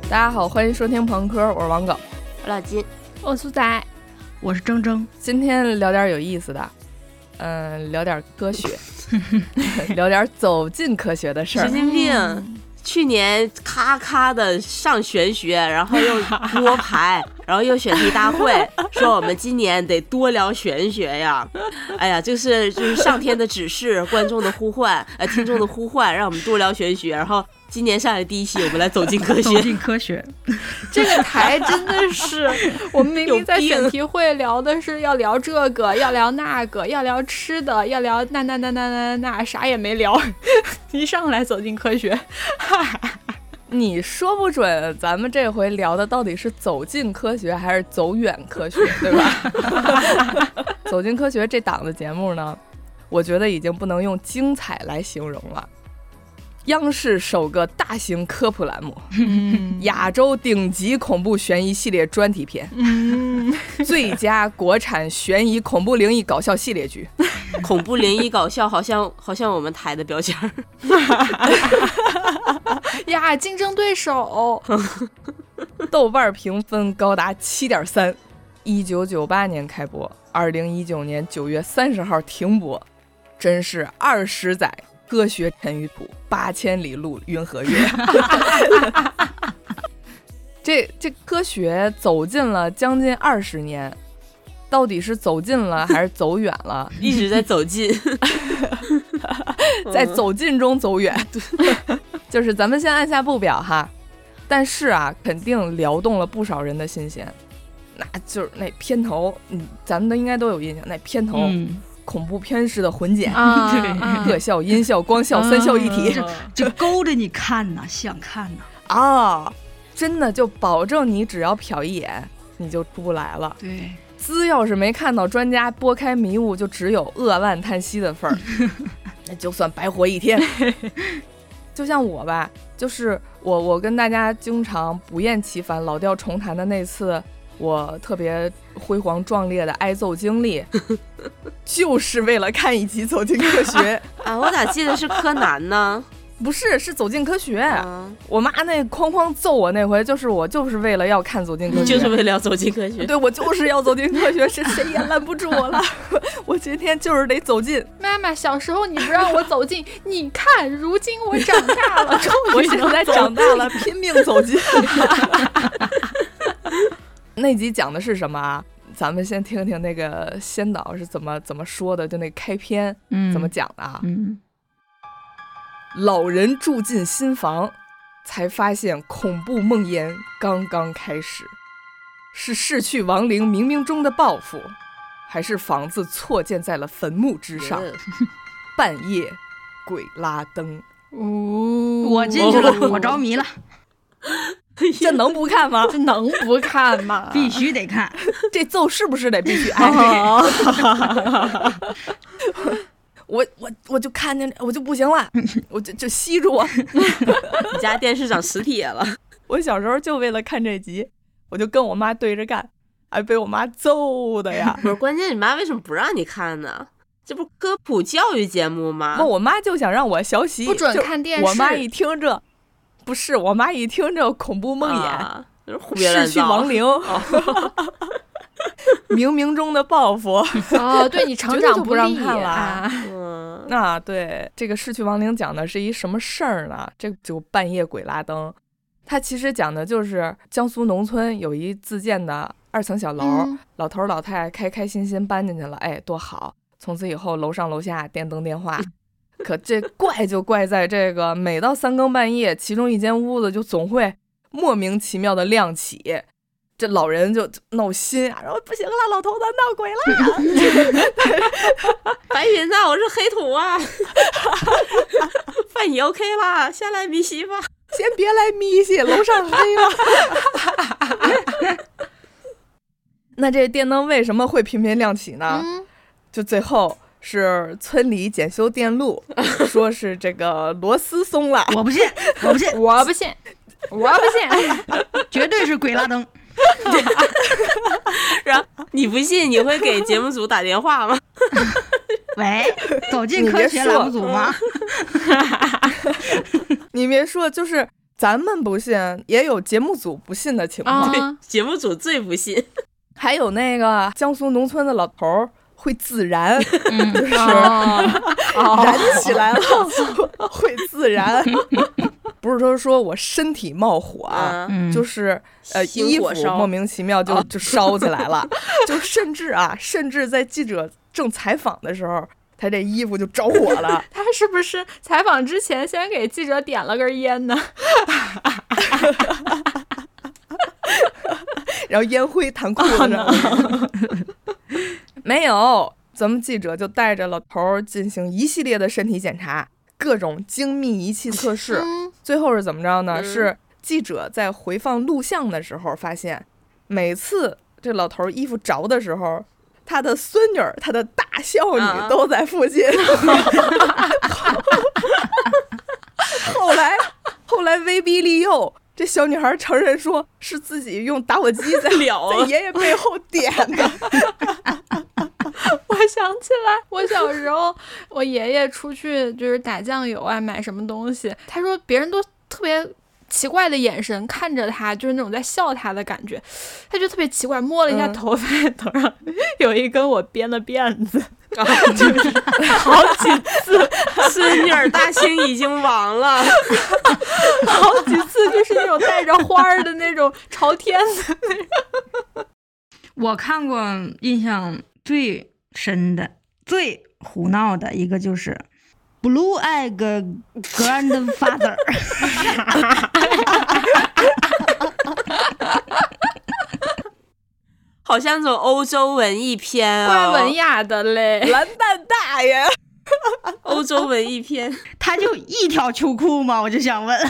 大家好，欢迎收听朋克，我是王狗， 我老金， 我苏仔， 我是铮铮。 今天聊点有意思的，聊点科学，聊点走进科学的事儿。 神经病！去年咔咔的上玄学，然后又摸牌，然后又选题大会，说我们今年得多聊玄学呀。哎呀，就是上天的指示，观众的呼唤，听众的呼唤，让我们多聊玄学。然后今年上来第一期，我们来走进科学。 走进科学， 这个台真的是，我们明明在选题会聊的是要聊这个，要聊那个，要聊吃的，要聊那，啥也没聊，一上来走进科学。 你说不准咱们这回聊的到底是走进科学还是走远科学，对吧？走进科学这档的节目呢，我觉得已经不能用精彩来形容了。央视首个大型科普栏目，亚洲顶级恐怖悬疑系列专题片，最佳国产悬疑恐怖灵异搞笑系列剧。 恐怖灵异搞笑好像我们台的标签呀，竞争对手。 豆瓣评分高达 7.3， 1998年开播，2019年9月30号停播，真是20载科学尘与土，8000里路云和月。这科学走进了将近20年，到底是走近了还是走远了？ 一直在走近， 在走近中走远。就是咱们先按下不表哈，但是啊，肯定撩动了不少人的心弦。那就是那片头，咱们都应该都有印象，那片头。恐怖片式的混剪，特效、音效、光效三效一体， 就勾着你看呐，想看呐啊！真的就保证你只要瞟一眼，你就出不来了。 对， 资要是没看到专家拨开迷雾，就只有扼腕叹息的份儿，那就算白活一天。就像我吧，就是我跟大家经常不厌其烦、老调重弹的那次。我特别辉煌壮烈的挨揍经历，就是为了看一集《走进科学》 啊！我咋记得是柯南呢？ 不是，是《走进科学》。我妈那哐哐揍我那回，我就是为了要看《走进科学》， 就是为了要走进科学。 对，我就是要走进科学，是谁也拦不住我了。我今天就是得走进。 妈妈，小时候你不让我走进，你看，如今我长大了， 我现在长大了，拼命走进。那集讲的是什么啊？咱们先听听那个先导是怎么说的，就那开篇怎么讲的啊？老人住进新房，才发现恐怖梦魇刚刚开始，是逝去亡灵冥冥中的报复，还是房子错建在了坟墓之上？半夜鬼拉灯， 我进去了，我着迷了。 这能不看吗？ 这能不看吗？ 必须得看。 这揍是不是得必须我就看见我就不行了，我就吸住我。 你家电视长磁铁了。 我小时候就为了看这集，我就跟我妈对着干，还被我妈揍的呀。 不是，关键你妈为什么不让你看呢？这不科普教育节目吗？ 我妈就想让我学习， 不准看电视。 我妈一听这。不是，我妈一听这恐怖梦魇，逝去亡灵，冥冥中的报复。 哦，对你成长不让看了。那对这个逝去亡灵讲的是一什么事儿呢？这就半夜鬼拉灯，它其实讲的就是江苏农村有一自建的2层小楼，老头老太太开心心搬进去了，哎，多好！从此以后楼上楼下电灯电话。可这怪就怪在这个，每到3更半夜，其中一间屋子就总会莫名其妙的亮起，这老人就闹心啊，然后不行了，老头子闹鬼了。 白云呐，我是黑土啊。饭已 OK 了，下来咪西吧。 先别来咪西，楼上黑了。那这电灯为什么会频频亮起呢？就最后。是村里检修电路，说是这个螺丝松了。 我不信，绝对是鬼拉灯。 然后你不信，你会给节目组打电话吗？ 喂，走进科学栏目组吗？ 你别说，就是咱们不信，也有节目组不信的情况。 啊， 节目组最不信。 还有那个江苏农村的老头儿会自燃，就是燃起来了会自燃，不是说我身体冒火啊，就是衣服莫名其妙就烧起来了，就甚至在记者正采访的时候，他这衣服就着火了。 他是不是采访之前先给记者点了根烟呢？ 然后烟灰弹裤子上。没有，咱们记者就带着老头儿进行一系列的身体检查，各种精密仪器测试。最后是怎么着呢？是记者在回放录像的时候发现，每次这老头儿衣服着的时候，他的孙女儿、他的大孝女都在附近。后来威逼利诱，这小女孩承认说是自己用打火机在爷爷背后点的。 我想起来，我小时候，我爷爷出去就是打酱油啊，买什么东西，他说别人都特别奇怪的眼神看着他，就是那种在笑他的感觉，他就特别奇怪，摸了一下头发，头上有一根我编的辫子。就是好几次， 孙女儿大清已经亡了， 好几次就是那种带着花儿的那种朝天的那种。 我看过印象最深的、最胡闹的一个就是 Blue Egg Grandfather。 好像种欧洲文艺片啊， 怪文雅的嘞， 蓝蛋大爷。 欧洲文艺片， 他就一条秋裤吗？我就想问。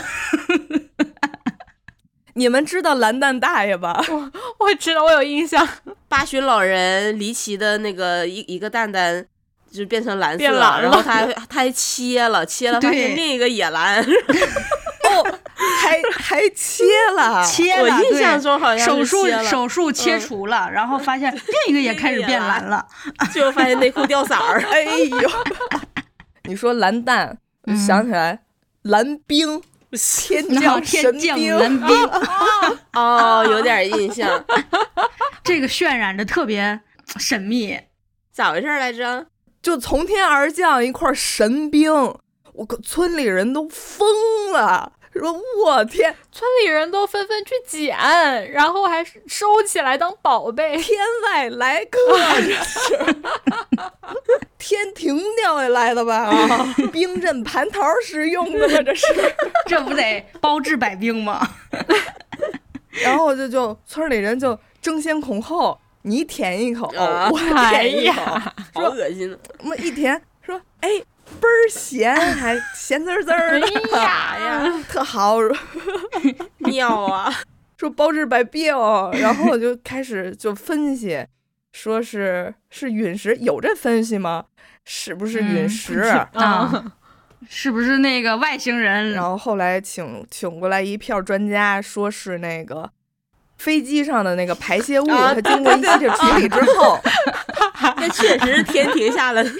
你们知道蓝蛋大爷吧？ 我知道，我有印象。 八旬老人离奇的那个一个蛋蛋就变成蓝色， 变蓝了， 然后他还切了，发现另一个也蓝。 哦，还切了， 我印象中好像是手术切除了，然后发现另一个也开始变蓝了， 最后发现内裤掉色儿。 哎呦，你说蓝蛋，想起来蓝冰。天降神兵， 蓝冰哦，有点印象。 这个渲染的特别神秘， 咋回事来着？ 就从天而降一块神兵，我可村里人都疯了，说我天， 村里人都纷纷去捡，然后还收起来当宝贝。 天外来客，这是天庭掉下来的吧？冰镇蟠桃时用的吧？这是， 这不得包治百病吗？ 然后就村里人就争先恐后，你舔一口，我舔一口， 好恶心！ 我们一舔说，哎，倍儿咸，还咸滋滋儿的， 哎呀， 特好， 妙啊！ 说包治百病，然后我就开始就分析，说是陨石，有这分析吗？是不是陨石啊？是不是那个外星人？ 然后后来请过来一票专家，说是那个飞机上的那个排泄物，它经过一系列处理之后， 那确实是天庭下了。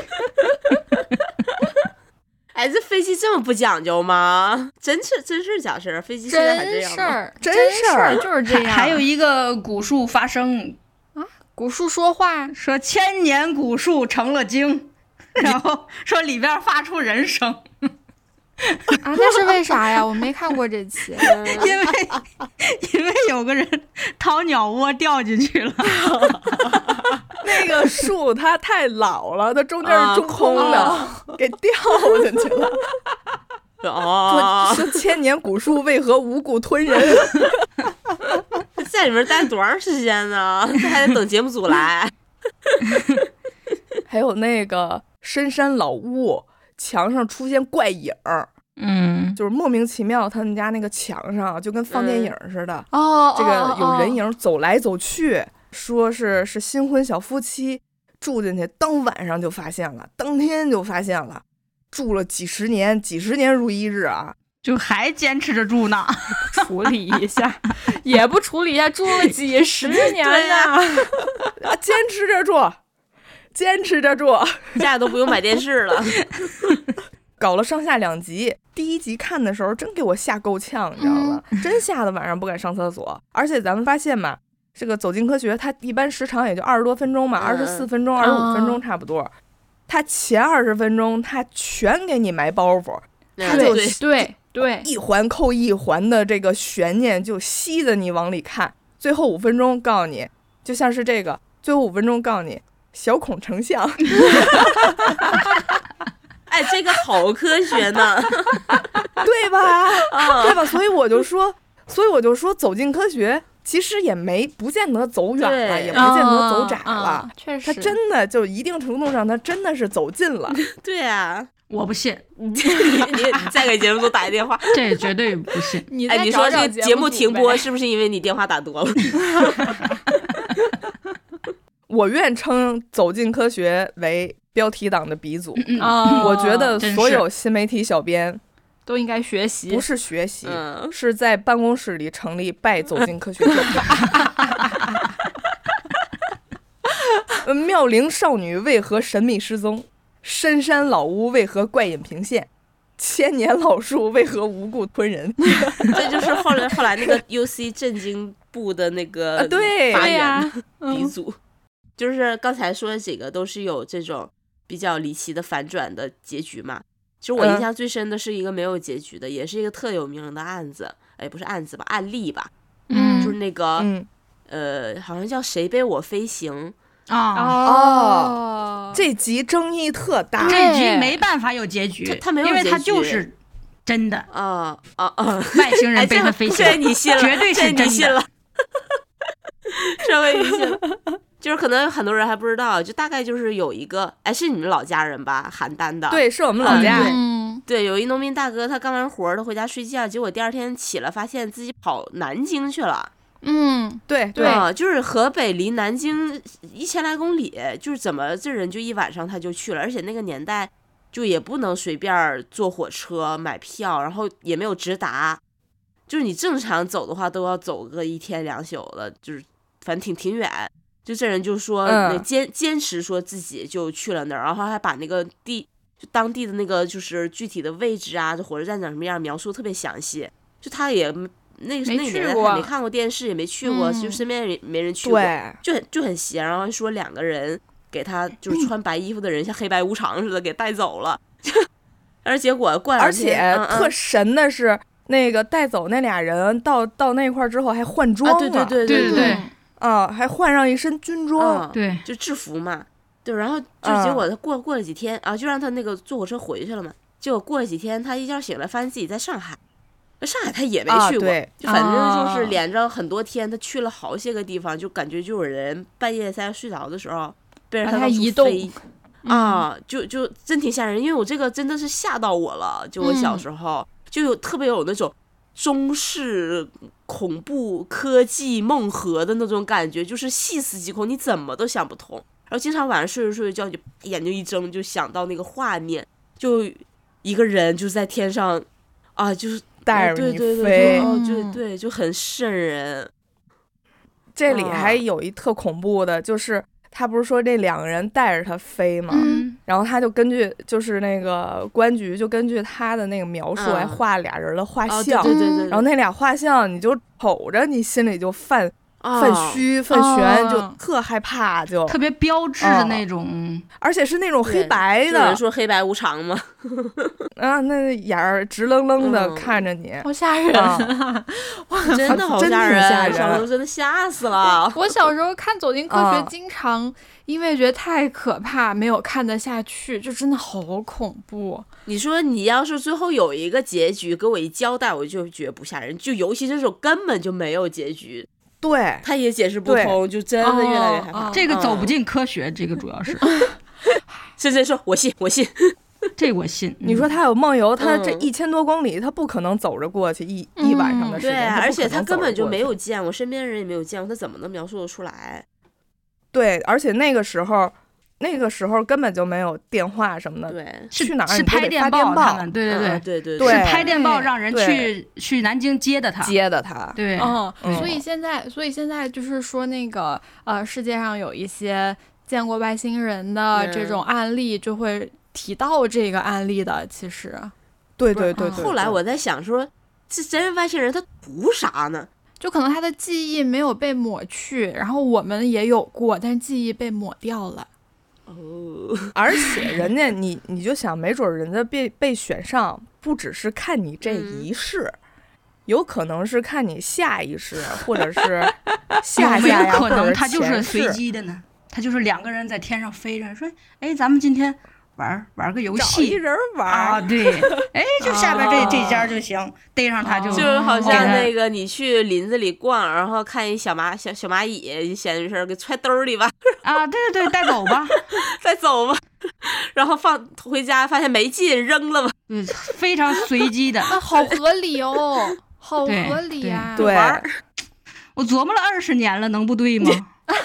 哎，这飞机这么不讲究吗？真是假事儿？飞机现在还这样吗？ 真事儿就是这样。 还有一个古树发声啊，古树说话， 说千年古树成了精，然后说里边发出人声。 啊，那是为啥呀？我没看过这期。 因为有个人掏鸟窝掉进去了。 那个树它太老了，它中间是中空的，给掉进去了。说千年古树为何无故吞人？ 在里面待多长时间呢？这还得等节目组来。 还有那个深山老屋，墙上出现怪影儿。就是莫名其妙，他们家那个墙上就跟放电影似的。这个有人影走来走去，说是新婚小夫妻住进去，当晚上就发现了，当天就发现了，住了几十年如一日啊， 就还坚持着住呢。 处理一下，也不处理一下，住了几十年呀， 坚持着住， 家都不用买电视了。 搞了上下两集， 第一集看的时候真给我吓够呛，你知道吧？真吓得晚上不敢上厕所。而且咱们发现嘛，这个走进科学它一般时长也就20多分钟嘛，24分钟、25分钟差不多。它前20分钟它全给你埋包袱，它就对一环扣一环的这个悬念就吸着你往里看。最后5分钟告诉你，就像是这个，最后5分钟告诉你小孔成像。 哎，这个好科学呢， 对吧？对吧？所以我就说，走进科学其实也不见得走远了，也不见得走窄了。 确实， 它真的就一定程度上，它真的是走近了。 对啊， 我不信， 你再给节目组打一电话， 这绝对不信。 你说这个节目停播是不是因为你电话打多了？ 我愿称走进科学为标题党的鼻祖。我觉得所有新媒体小编都应该学习， 不是学习，是在办公室里成立拜走进科学社。妙龄少女为何神秘失踪？深山老屋为何怪影频现？千年老树为何无故吞人？ 这就是后来那个 UC 震惊部的那个发言鼻祖。就是刚才说的几个都是有这种比较离奇的反转的结局嘛。其实我印象最深的是一个没有结局的，也是一个特有名的案子，不是案子吧，案例吧。就是那个好像叫谁背我飞行。 这集争议特大， 这集没办法有结局， 他没有结局， 因为他就是真的外星人背他飞行， 这你信了， 绝对是真的。 这回你信了。就是可能很多人还不知道，就大概就是有一个，是你们老家人吧，邯郸的。 对，是我们老家。 对，有一农民大哥，他干完活他回家睡觉，结果第二天起来发现自己跑南京去了。 对， 就是河北离南京1000来公里，就是怎么这人就一晚上他就去了，而且那个年代就也不能随便坐火车买票，然后也没有直达，就是你正常走的话都要走个1天2宿了，就是反正挺远。就这人就说坚持说自己就去了那儿，然后还把那个就当地的那个就是具体的位置啊，这火车站长什么样描述特别详细。就他也那个年代他也没看过电视，也没去过，就身边也没人去过，就很闲。然后说2个人给他就是穿白衣服的人像黑白无常似的给带走了，而结果过2天， 而且特神的是那个带走那俩人到那块之后还换装了， 对。 还换上一身军装， 对， 就制服嘛，对，然后就结果他过了几天就让他那个坐火车回去了嘛。结果过了几天，他一觉醒来，发现自己在上海，上海他也没去过，就反正就是连着很多天，他去了好些个地方，就感觉就有人半夜在睡着的时候被他移动就真挺吓人，因为我这个真的是吓到我了，就我小时候就特别有那种中式恐怖科技梦河的那种感觉，就是细思极恐，你怎么都想不通。然后经常晚上睡着睡着觉，就眼睛一睁就想到那个画面，就一个人就在天上就是带着你飞， 对，就很瘆人。 这里还有一特恐怖的，就是他不是说这2个人带着他飞吗？然后他就根据就是那个公安局就根据他的那个描述还画俩人的画像， 对。 然后那俩画像你就瞅着你心里就犯虚犯悬，就特害怕，就特别标志的那种， 而且是那种黑白的。 有人说黑白无常吗？ 那眼儿直愣愣的看着你， 好吓人啊！ 真的好吓人，小时候真的吓死了。 我小时候看《走进科学》，经常因为觉得太可怕，没有看得下去，就真的好恐怖。 你说你要是最后有一个结局给我一交代，我就觉得不吓人，就尤其这种根本就没有结局。 对， 他也解释不通，就真的越来越害怕。 这个走不进科学，这个主要是。 深深说：“我信。” 这我信。 你说他有梦游，他这1000多公里，他不可能走着过去一晚上的时间。 对，而且他根本就没有见过，身边人也没有见过，他怎么能描述得出来？ 对，而且那个时候根本就没有电话什么的， 对， 去哪儿是拍电报，他们对， 对， 是拍电报让人去南京接的他，对， 所以现在就是说那个世界上有一些见过外星人的这种案例，就会提到这个案例的，其实。 对对对对。 后来我在想说，这真人外星人他图啥呢？ 就可能他的记忆没有被抹去，然后我们也有过，但是记忆被抹掉了。 而且人家你就想，没准人家被选上，不只是看你这一世，有可能是看你下一世，或者是下下呀， 有可能他就是或者前世随机的呢？他就是两个人在天上飞着，说，哎，咱们今天玩个游找戏， 一人玩啊，对，哎，就下边这家就行，逮上他就好像给他那个你去林子里逛，然后看一小蚂蚁，闲着事儿给揣兜里吧， 啊，对对对，带走吧， 再走吧，然后放回家发现没劲，扔了吧。 非常随机的。 啊，好合理哦，好合理呀、 对， 我琢磨了20年了，能不对吗？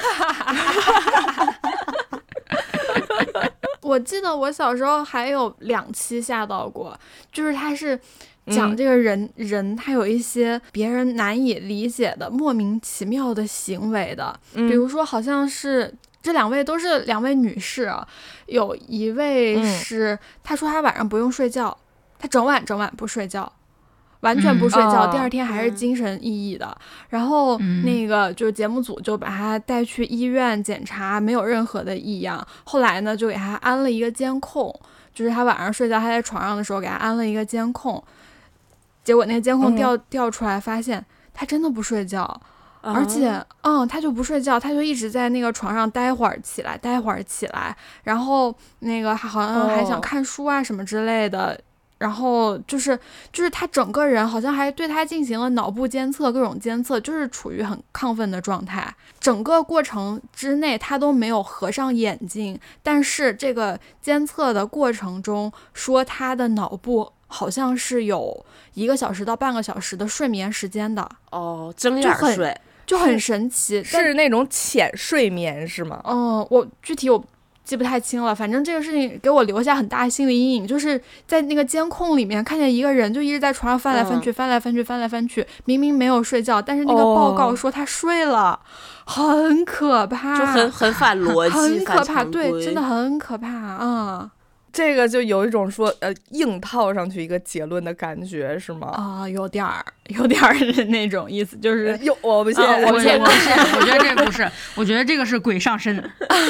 我记得我小时候还有2期吓到过，就是他是讲这个人他有一些别人难以理解的莫名其妙的行为的，比如说好像是这2位都是2位女士啊，有一位是她说她晚上不用睡觉，她整晚不睡觉。完全不睡觉，第2天还是精神奕奕的。然后那个就是节目组就把他带去医院检查，没有任何的异样。后来呢，就给他安了一个监控，就是他晚上睡觉，他在床上的时候给他安了一个监控。结果那个监控调出来，发现他真的不睡觉，而且他就不睡觉，他就一直在那个床上待会儿起来，然后那个好像还想看书啊什么之类的。然后就是他整个人好像还对他进行了脑部监测，各种监测，就是处于很亢奋的状态。整个过程之内他都没有合上眼睛，但是这个监测的过程中说他的脑部好像是有1个小时到半个小时的睡眠时间的。 睁眼睡就很神奇， 是那种浅睡眠是吗？ 我具体记不太清了，反正这个事情给我留下很大的心理阴影，就是在那个监控里面看见一个人就一直在床上翻来翻去，明明没有睡觉，但是那个报告说他睡了，很可怕， 就很反逻辑， 很可怕，对，真的很可怕啊。 这个就有一种说硬套上去一个结论的感觉是吗？ 有点儿那种意思，就是我不信， 我不信，我觉得这不是，我觉得这个是鬼上身。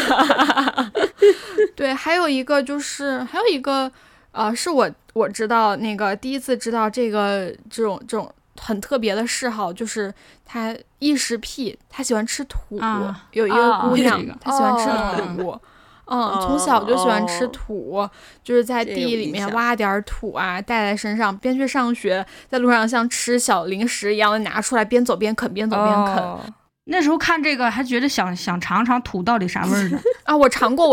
对，还有一个是我知道那个第一次知道这种很特别的嗜好，就是他异食癖，他喜欢吃土，有一个姑娘，她喜欢吃土。从小就喜欢吃土，就是在地里面挖点土啊，带在身上，边去上学，在路上像吃小零食一样的拿出来，边走边啃，边走边啃。 那时候看这个还觉得想尝尝土到底啥味儿呢？ 我尝过，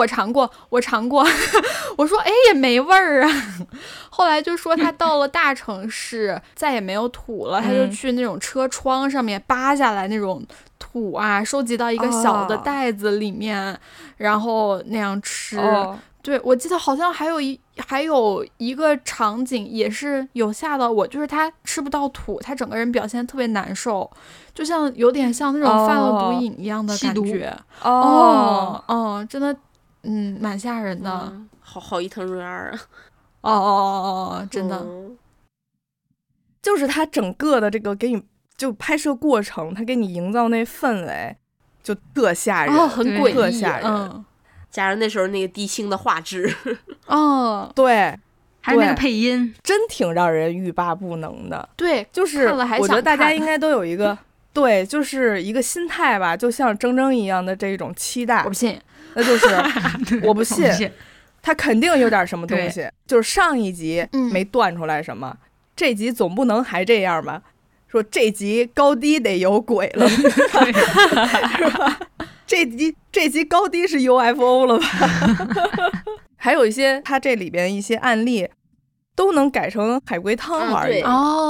我说也没味儿啊。后来就说他到了大城市再也没有土了，他就去那种车窗上面扒下来那种土啊，收集到一个小的袋子里面，然后那样吃。对，我记得好像还有一个场景也是有吓到我，就是他吃不到土，他整个人表现特别难受，就像有点像那种犯了毒瘾一样的感觉。真的，蛮吓人的。 好一腾瑞二啊！ 真的， 就是他整个的这个给你就拍摄过程，他给你营造那氛围，就特吓人， 很诡异， 特吓人。 加上那时候那个低清的画质， 对， 还有那个配音， 真挺让人欲罢不能的。 对， 就是我觉得大家应该都有一个对，就是一个心态吧，就像铮铮一样的这种期待。 我不信， 那就是我不信，他肯定有点什么东西。就是上一集没断出来什么，这集总不能还这样吧？说这集高低得有鬼了，是吧？这集高低是 UFO 了吧？还有一些他这里边一些案例都能改成海龟汤玩对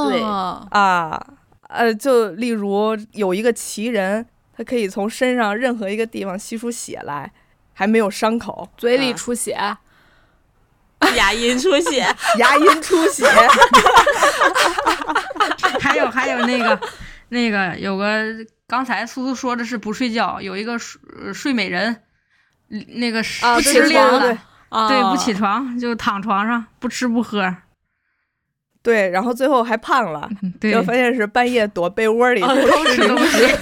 就例如有一个奇人，他可以从身上任何一个地方吸出血来，还没有伤口， 嘴里出血， 牙龈出血， 牙龈出血。 还有那个有个刚才苏苏说的是不睡觉，有一个睡美人，那个不起床了，对，不起床就躺床上不吃不喝， 对，然后最后还胖了， 对， 就发现是半夜躲被窝里偷吃零食。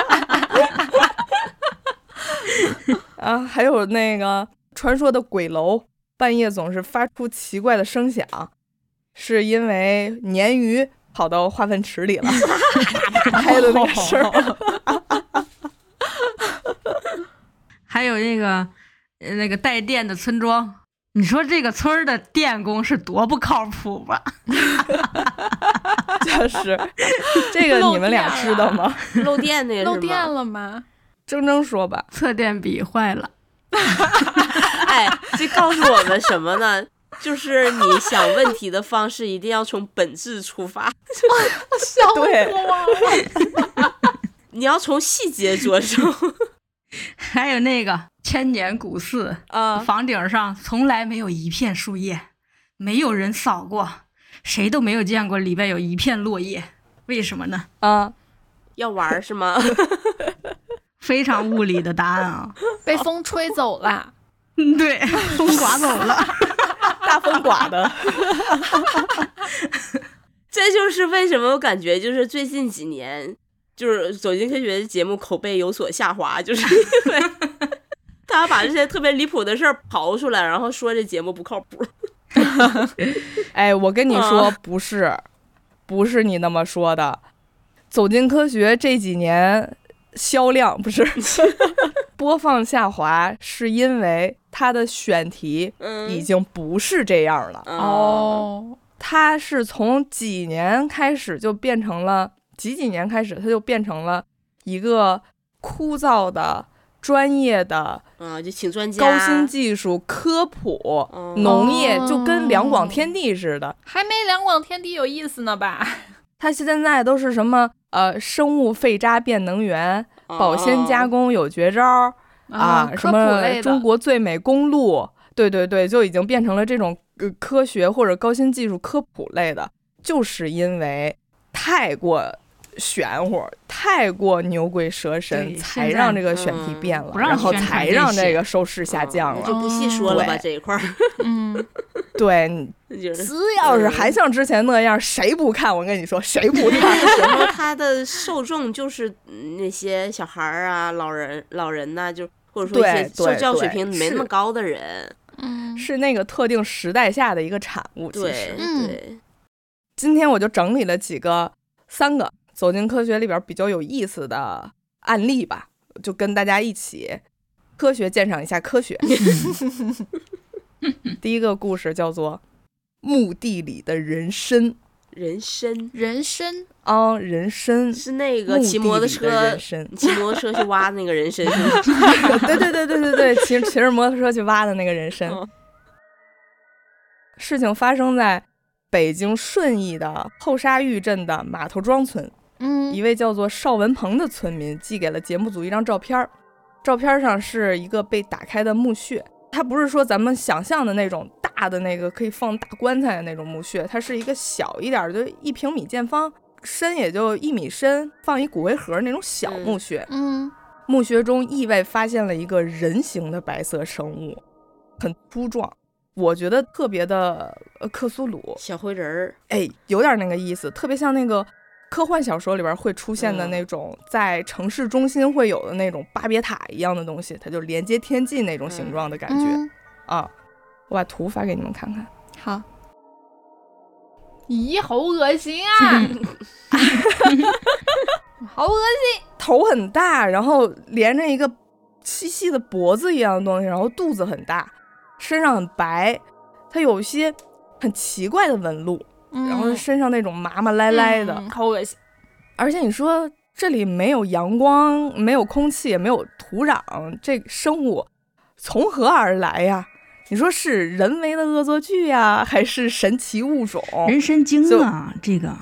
啊，还有那个传说的鬼楼，半夜总是发出奇怪的声响，是因为鲶鱼跑到化粪池里了，拍的那个事儿。 还有那个带电的村庄，你说这个村儿的电工是多不靠谱吧？ 就是这个，你们俩知道吗？ 漏电那个是吗？ 漏电了吗？ 铮铮说吧。 测电笔坏了。 哎，这告诉我们什么呢？就是你想问题的方式一定要从本质出发。 对， 你要从细节着手。 还有那个千年古寺啊， 房顶上从来没有一片树叶，没有人扫过，谁都没有见过里边有一片落叶，为什么呢？ 啊， 要玩是吗？ 非常物理的答案啊！ 被风吹走了。 对，风刮走了， 大风刮的。 这就是为什么我感觉就是最近几年就是走进科学的节目口碑有所下滑，就是因为他把这些特别离谱的事儿刨出来，然后说这节目不靠谱。 哎，我跟你说，不是你那么说的。走进科学这几年销量不是播放下滑，是因为它的选题已经不是这样了。 哦， 它是从几年开始就变成了几年开始，它就变成了一个枯燥的专业的就请专家、 高新技术、科普、农业，就跟两广天地似的。 还没两广天地有意思呢吧？ 它现在都是什么生物废渣变能源、保鲜加工有绝招什么中国最美公路，对对对，就已经变成了这种科学或者高新技术科普类的，就是因为太过玄乎，太过牛鬼蛇神，才让这个选题变了，然后才让这个收视下降了。 就不细说了吧这一块儿。 对，只要是还像之前那样，谁不看？我跟你说，谁不看？ 然后他的受众就是那些小孩啊、老人呐，就或者说一些受教水平没那么高的人， 是那个特定时代下的一个产物。其实， 对。 今天我就整理了3个走进科学里边比较有意思的案例吧，就跟大家一起科学鉴赏一下科学。第一个故事叫做墓地里的人参。 人参人参是那个骑摩托车去挖那个人参。 对，骑着摩托车去挖的那个人参。事情发生在北京顺义的后沙峪镇的码头庄村。一位叫做邵文鹏的村民寄给了节目组一张照片，照片上是一个被打开的墓穴。它不是说咱们想象的那种大的那个可以放大棺材的那种墓穴，它是一个小一点，就1平米见方，深也就1米深，放一骨灰盒那种小墓穴。墓穴中意外发现了一个人形的白色生物，很粗壮，我觉得特别的克苏鲁小灰人儿， 哎，有点那个意思，特别像那个科幻小说里边会出现的那种在城市中心会有的那种巴别塔一样的东西，它就连接天际那种形状的感觉。我把图发给你们看看。 好。咦，好恶心啊！好恶心！ 头很大，然后连着一个细细的脖子一样的东西，然后肚子很大，身上很白，它有一些很奇怪的纹路。然后身上那种麻麻赖赖的， 好恶心。 而且你说这里没有阳光，没有空气，也没有土壤，这生物从何而来呀？你说是人为的恶作剧呀，还是神奇物种？ 人参精啊，这个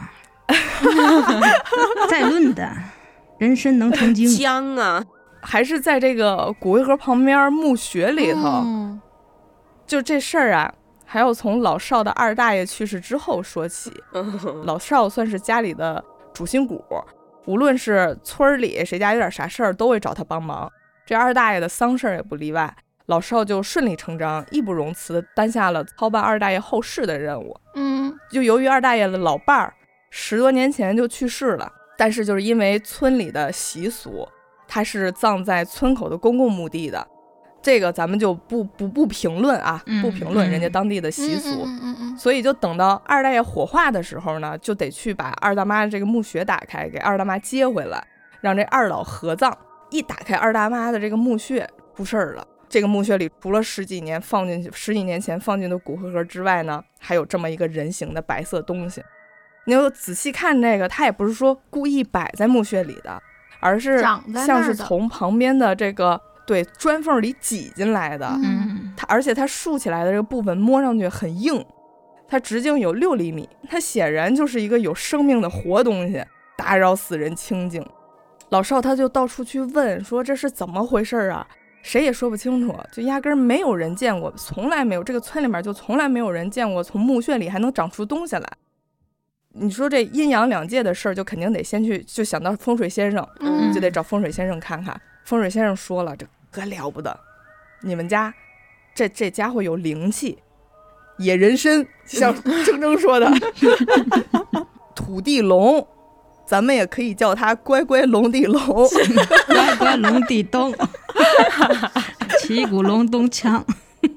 在论的人参能成精， 姜啊， 还是在这个骨灰盒旁边墓穴里头？就这事儿啊。还要从老邵的二大爷去世之后说起。老邵算是家里的主心骨，无论是村里谁家有点啥事儿都会找他帮忙，这二大爷的丧事儿也不例外。老邵就顺理成章义不容辞地担下了操办二大爷后事的任务。 就由于二大爷的老伴儿10多年前就去世了，但是就是因为村里的习俗，他是葬在村口的公共墓地的，这个咱们就不评论啊，不评论人家当地的习俗。所以就等到二大爷火化的时候呢，就得去把二大妈这个墓穴打开，给二大妈接回来，让这二老合葬。一打开二大妈的这个墓穴，出事儿了。这个墓穴里除了十几年前放进的骨灰盒之外呢，还有这么一个人形的白色东西。你就仔细看这个，它也不是说故意摆在墓穴里的，而是像是从旁边的这个砖缝里挤进来的。而且它竖起来的这个部分摸上去很硬，它直径有6厘米，它显然就是一个有生命的活东西，打扰死人清静。老少他就到处去问，说这是怎么回事啊？谁也说不清楚，就压根没有人见过，从来没有，这个村里面就从来没有人见过从墓穴里还能长出东西来。你说这阴阳两界的事儿，就肯定得先去，就想到风水先生，就得找风水先生看看。风水先生说了，这可了不得，你们家这家伙有灵气，野人参，像铮说的土地龙，咱们也可以叫他乖乖龙地龙， 乖乖龙地东，旗鼓龙东枪。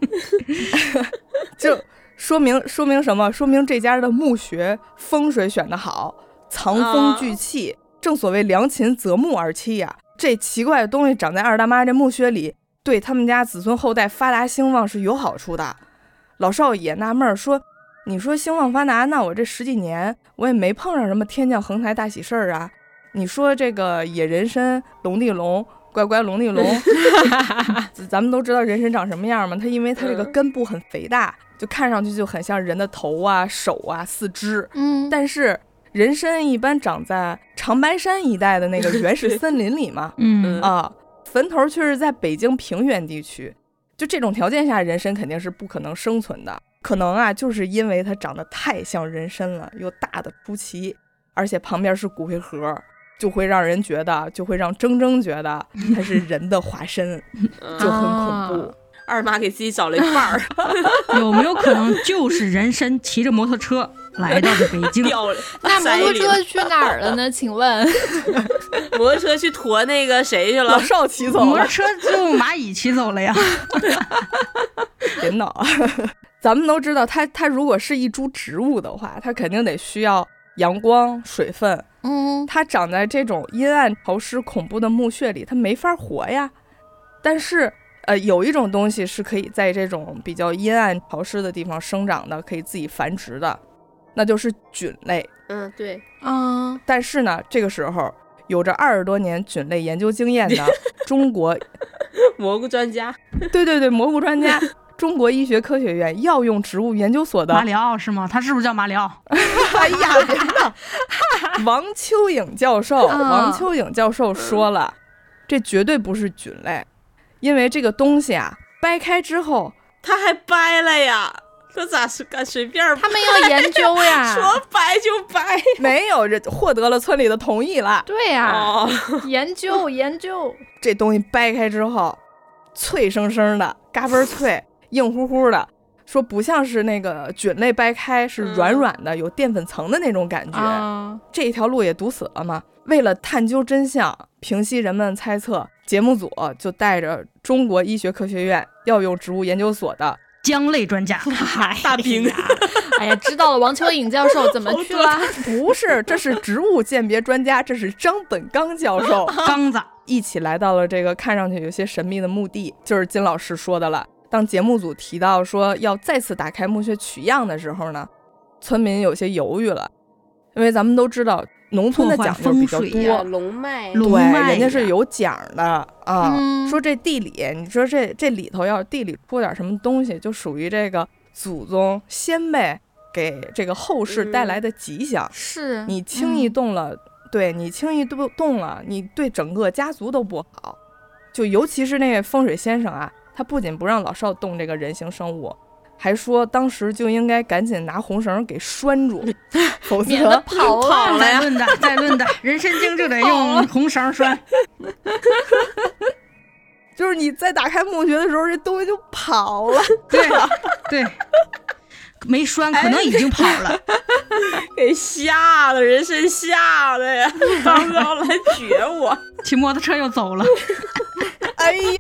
就说明什么？说明这家的墓穴风水选得好，藏风聚气，正所谓良禽择木而栖呀。这奇怪的东西长在二大妈这墓穴里，对他们家子孙后代发达兴旺是有好处的。老少也纳闷说，你说兴旺发达，那我这10几年我也没碰上什么天降横财大喜事儿啊。你说这个野人参龙地龙，乖乖龙地龙咱们都知道人参长什么样嘛，它因为它这个根部很肥大，就看上去就很像人的头啊手啊四肢。但是人参一般长在长白山一带的那个原始森林里嘛，坟头却是在北京平原地区，就这种条件下人参肯定是不可能生存的。可能啊，就是因为它长得太像人参了，又大的出奇，而且旁边是骨灰盒，就会让铮觉得它是人的化身，就很恐怖。 二妈给自己找了一半儿， 有没有可能就是人参骑着摩托车来到了北京？ 那摩托车去哪儿了呢？请问， 摩托车去驮那个谁去了？ 老少骑走了， 摩托车就蚂蚁骑走了呀。 别闹啊！咱们都知道它如果是一株植物的话，它肯定得需要阳光水分。它长在这种阴暗潮湿恐怖的墓穴里，它没法活呀。但是有一种东西是可以在这种比较阴暗潮湿的地方生长的，可以自己繁殖的，那就是菌类。 对。 但是呢，这个时候有着20多年菌类研究经验的中国蘑菇专家， 对，蘑菇专家，中国医学科学院药用植物研究所的马里奥是吗？他是不是叫马里奥？ 哎呀，别闹！王秋颖教授说了，这绝对不是菌类，因为这个东西啊，掰开之后， 他还掰了呀。这咋是敢随便掰？ 他们要研究呀， 说掰就掰， 没有，这获得了村里的同意了。 对呀，研究这东西掰开之后，脆生生的，嘎嘣脆，硬乎乎的，说不像是那个菌类掰开是软软的，有淀粉层的那种感觉。这一条路也堵死了嘛。为了探究真相，平息人们猜测，节目组就带着中国医学科学院药用植物研究所的姜类专家大兵哎呀，知道了，王秋颖教授怎么去了？ 不是，这是植物鉴别专家，这是张本刚教授， 刚子一起来到了这个看上去有些神秘的墓地，就是金老师说的了。当节目组提到说要再次打开墓穴取样的时候呢，村民有些犹豫了，因为咱们都知道农村的讲究比较多， 龙脉， 对，人家是有讲的啊。说这地里，你说这里头要地里出点什么东西，就属于这个祖宗先辈给这个后世带来的吉祥。 是你轻易动了，对你轻易动了，你对整个家族都不好。就尤其是那位风水先生啊，他不仅不让老少动这个人形生物，还说当时就应该赶紧拿红绳给拴住，否则免得跑了呀。再论的人参精就得用红绳拴。 就是你在打开墓穴的时候，这东西就跑了。 对， 没拴，可能已经跑了。 给吓的，人参吓的呀！刚要来撅我， 骑摩托车又走了。 哎呀，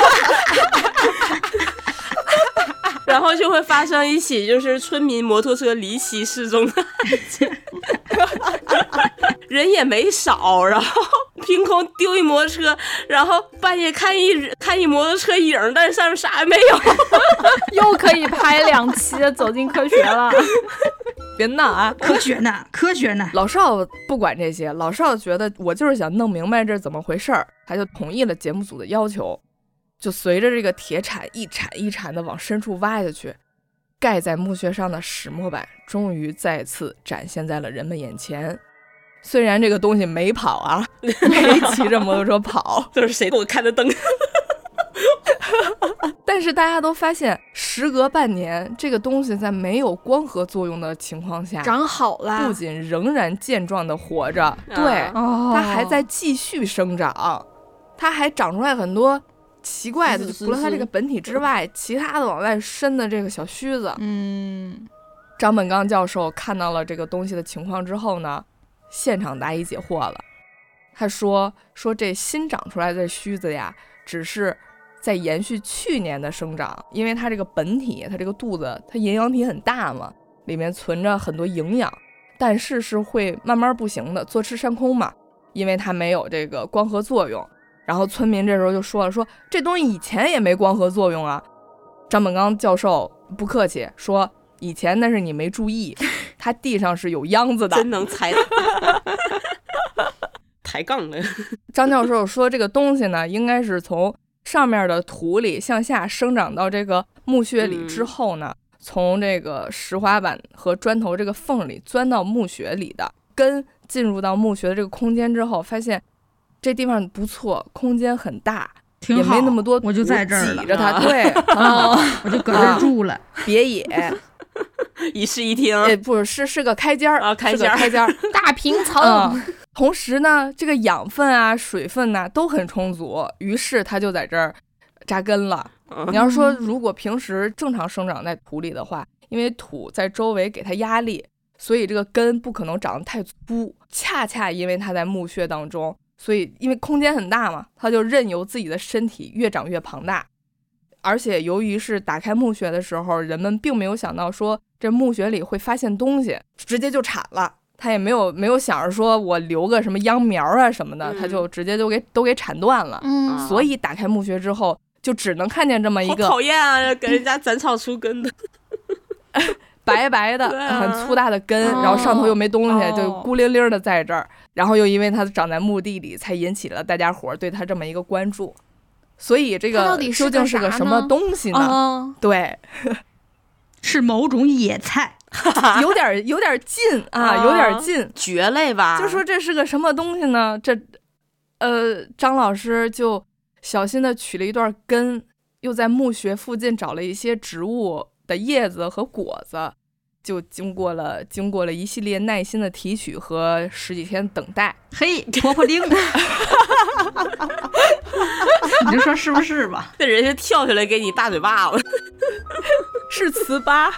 然后就会发生一起就是村民摩托车离奇失踪的案件，人也没少，然后凭空丢一摩托车，然后半夜看一摩托车影，但是上面啥也没有， 又可以拍2期《走进科学》了。 别闹啊！ 科学呢？科学呢？ 老邵不管这些，老邵觉得我就是想弄明白这是怎么回事儿，他就同意了节目组的要求，就随着这个铁铲一铲一铲的往深处挖下去，盖在墓穴上的石磨板终于再次展现在了人们眼前。虽然这个东西没跑啊，没骑着摩托车跑， 这是谁给我开的灯？ 但是大家都发现，时隔半年，这个东西在没有光合作用的情况下， 长好了， 不仅仍然健壮的活着，对，它还在继续生长，它还长出来很多奇怪的，就除了它这个本体之外，其他的往外伸的这个小须子。张本刚教授看到了这个东西的情况之后呢，现场答疑解惑了。他说这新长出来的须子呀，只是在延续去年的生长，因为它这个本体，它这个肚子，它营养体很大嘛，里面存着很多营养，但是是会慢慢不行的，坐吃山空嘛，因为它没有这个光合作用。然后村民这时候就说了，说这东西以前也没光合作用啊。张本刚教授不客气说，以前那是你没注意，它地上是有秧子的。 真能猜抬杠了。 张教授说这个东西呢，应该是从上面的土里向下生长到这个墓穴里之后呢，从这个石滑板和砖头这个缝里钻到墓穴里的。根进入到墓穴的这个空间之后，发现这地方不错，空间很大， 挺好， 也没那么多， 我就在这儿了， 挤着它，对， 我就搁这儿住了， 别野。 一室一厅， 不是个开间儿啊，开间儿， 大平层。 同时呢，这个养分啊、水分啊都很充足，于是它就在这儿扎根了。你要说如果平时正常生长在土里的话，因为土在周围给它压力，所以这个根不可能长得太粗。恰恰因为它在墓穴当中，所以因为空间很大嘛，它就任由自己的身体越长越庞大。而且由于是打开墓穴的时候，人们并没有想到说这墓穴里会发现东西，直接就铲了。他也没有想着说我留个什么秧苗啊什么的，他就直接都给铲断了。所以打开墓穴之后，就只能看见这么一个， 好讨厌啊，给人家斩草除根的白白的、很粗大的根，然后上头又没东西，就孤零零的在这儿。然后又因为它长在墓地里，才引起了大家伙对它这么一个关注。所以这个究竟是个什么东西呢？对， 是某种野菜。 有点近啊，有点近， 蕨类吧。 就说这是个什么东西呢？这，张老师就小心的取了一段根，又在墓穴附近找了一些植物的叶子和果子，就经过了一系列耐心的提取和10几天等待。 嘿，婆婆丁，你就说是不是吧？ 这人就跳下来给你大嘴巴子。 是糍粑。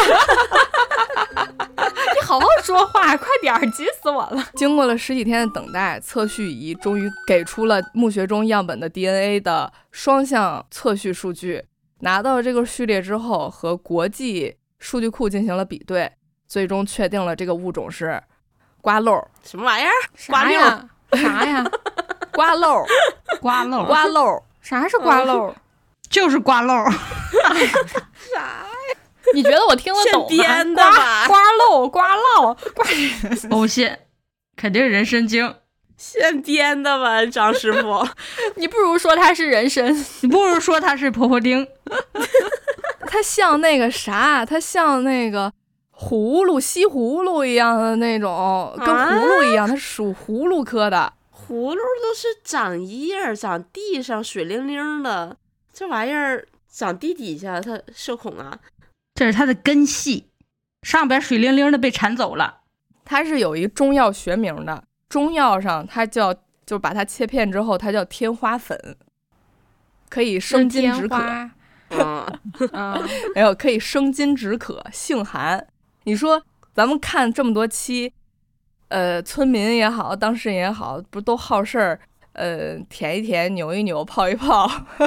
你好好说话，快点儿，急死我了。 经过了10几天的等待，测序仪终于给出了墓穴中样本的 DNA 的双向测序数据。拿到这个序列之后，和国际数据库进行了比对，最终确定了这个物种是瓜漏。 什么玩意儿？ 啥呀？啥呀？ 瓜漏， 瓜漏， 瓜漏。 啥是瓜漏？ 就是瓜漏。 啥呀？ 你觉得我听得懂吗？ 编的吧？ 瓜漏，瓜漏， 不信，肯定是人参精。 现编的吧，张师傅。 你不如说它是人参， 你不如说它是婆婆丁。 它像那个啥，它像那个葫芦、西葫芦一样的那种，跟葫芦一样，它属葫芦科的。 葫芦都是长叶长地上水灵灵的，这玩意儿长地底下它社恐啊。 这是它的根系，上边水灵灵的被铲走了。 它是有一中药学名的，中药上它叫，就把它切片之后它叫天花粉，可以生津止渴。 没有，可以生津止渴，性寒。你说咱们看这么多期，村民也好，当事人也好，不都好事儿，舔一舔，扭一扭，泡一泡，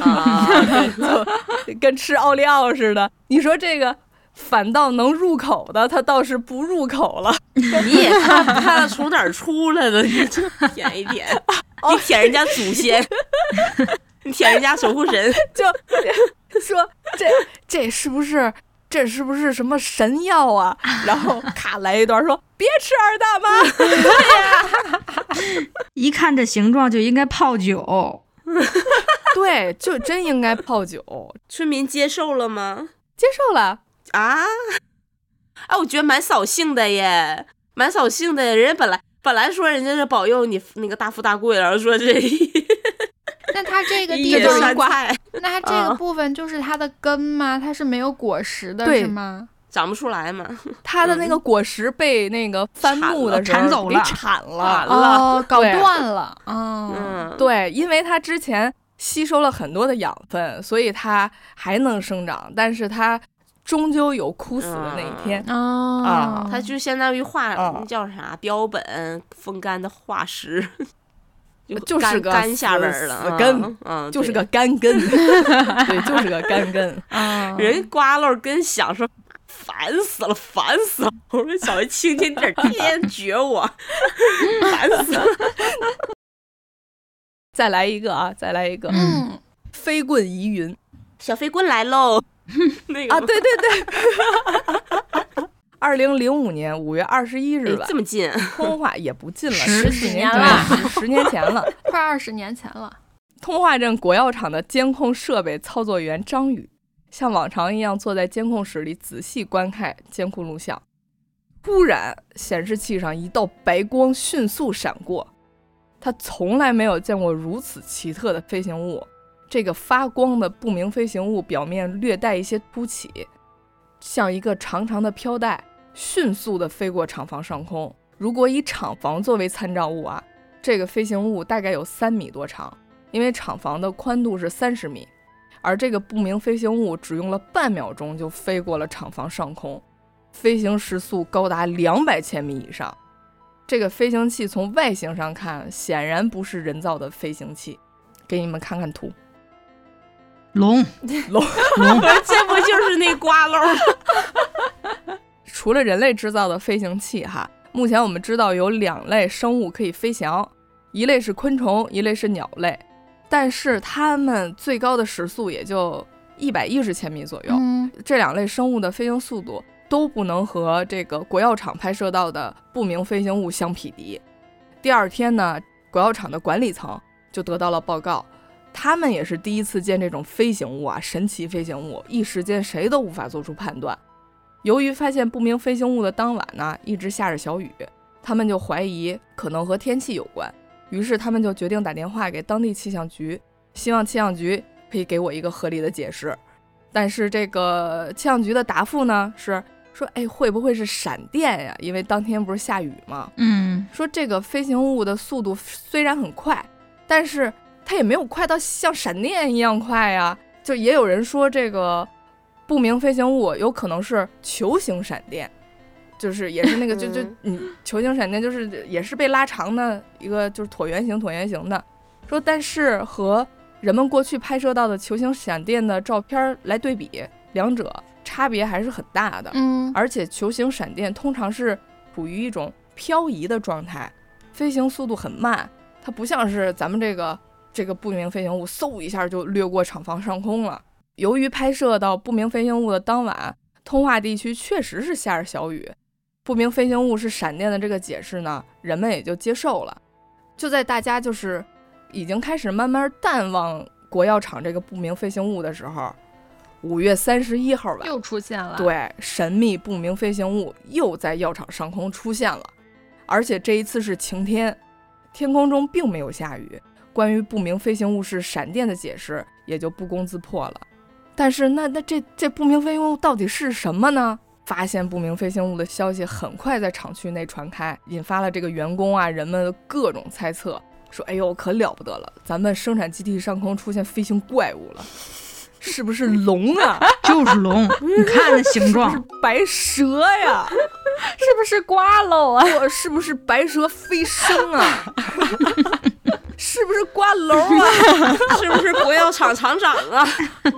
就跟吃奥利奥似的。你说这个反倒能入口的，它倒是不入口了。 你也看不看它从哪儿出来的？你就舔一舔，你舔人家祖先，你舔人家守护神， 就说这是不是？这是不是什么神药啊？然后咔来一段说别吃二大妈， 一看这形状就应该泡酒。 对，就真应该泡酒。 村民接受了吗？ 接受了啊！哎，我觉得蛮扫兴的耶，蛮扫兴的耶。人家本来说人家是保佑你那个大富大贵，然后说这那它这个地野方山菜， 那它这个部分就是它的根吗？它是没有果实的是吗？ 长不出来嘛。 它的那个果实被那个翻木的时候铲走了， 铲了， 哦，搞断了。 对，因为它之前吸收了很多的养分，所以它还能生长，但是它终究有枯死的那一天。 它就相当于叫啥标本风干的化石。 就是个干下边了， 死根，就是个干根，对，就是个干根。 人瓜漏根想说烦死了，烦死了！我说小子轻轻点，天天撅我，烦死了。 再来一个啊，再来一个，飞棍疑云， 小飞棍来喽！那个啊，对对对。2005年5月21日吧， 这么近， 通话也不近了 ，10几年了 ，10年前了， 快20年前了。 通化镇果药厂的监控设备操作员张宇，像往常一样坐在监控室里仔细观看监控录像。突然，显示器上一道白光迅速闪过，他从来没有见过如此奇特的飞行物。这个发光的不明飞行物表面略带一些凸起，像一个长长的飘带，迅速地飞过厂房上空。如果以厂房作为参照物啊，这个飞行物大概有3米多长，因为厂房的宽度是30米，而这个不明飞行物只用了半秒钟就飞过了厂房上空，飞行时速高达200千米以上。这个飞行器从外形上看，显然不是人造的飞行器。给你们看看图。 龙， 这不就是那瓜漏吗？ 除了人类制造的飞行器哈，目前我们知道有2类生物可以飞翔，一类是昆虫，一类是鸟类，但是它们最高的时速也就110千米左右。这2类生物的飞行速度都不能和这个果药厂拍摄到的不明飞行物相匹敌。第2天呢，果药厂的管理层就得到了报告，他们也是第一次见这种飞行物啊，神奇飞行物，一时间谁都无法做出判断。由于发现不明飞行物的当晚呢，一直下着小雨，他们就怀疑可能和天气有关，于是他们就决定打电话给当地气象局，希望气象局可以给我一个合理的解释。但是这个气象局的答复呢是说，会不会是闪电呀？因为当天不是下雨吗？说这个飞行物的速度虽然很快，但是它也没有快到像闪电一样快呀。就也有人说这个不明飞行物有可能是球形闪电，就是也是那个球形闪电就是也是被拉长的一个就是椭圆形的。说但是和人们过去拍摄到的球形闪电的照片来对比，两者差别还是很大的。而且球形闪电通常是处于一种漂移的状态，飞行速度很慢，它不像是咱们这个不明飞行物嗖一下就掠过厂房上空了。由于拍摄到不明飞行物的当晚，通化地区确实是下着小雨，不明飞行物是闪电的这个解释呢，人们也就接受了。就在大家就是已经开始慢慢淡忘果药厂这个不明飞行物的时候，5月31号晚又出现了。 对，神秘不明飞行物又在药厂上空出现了，而且这一次是晴天，天空中并没有下雨，关于不明飞行物是闪电的解释也就不攻自破了。但是那这不明飞行物到底是什么呢？发现不明飞行物的消息很快在厂区内传开，引发了这个员工啊人们的各种猜测，说哎呦可了不得了，咱们生产基地上空出现飞行怪物了。 是不是龙啊？ 就是龙，你看那形状是白蛇呀？ 是不是瓜喽啊？ 我是不是白蛇飞升啊？是不是瓜楼啊？ 是不是国药厂厂长啊？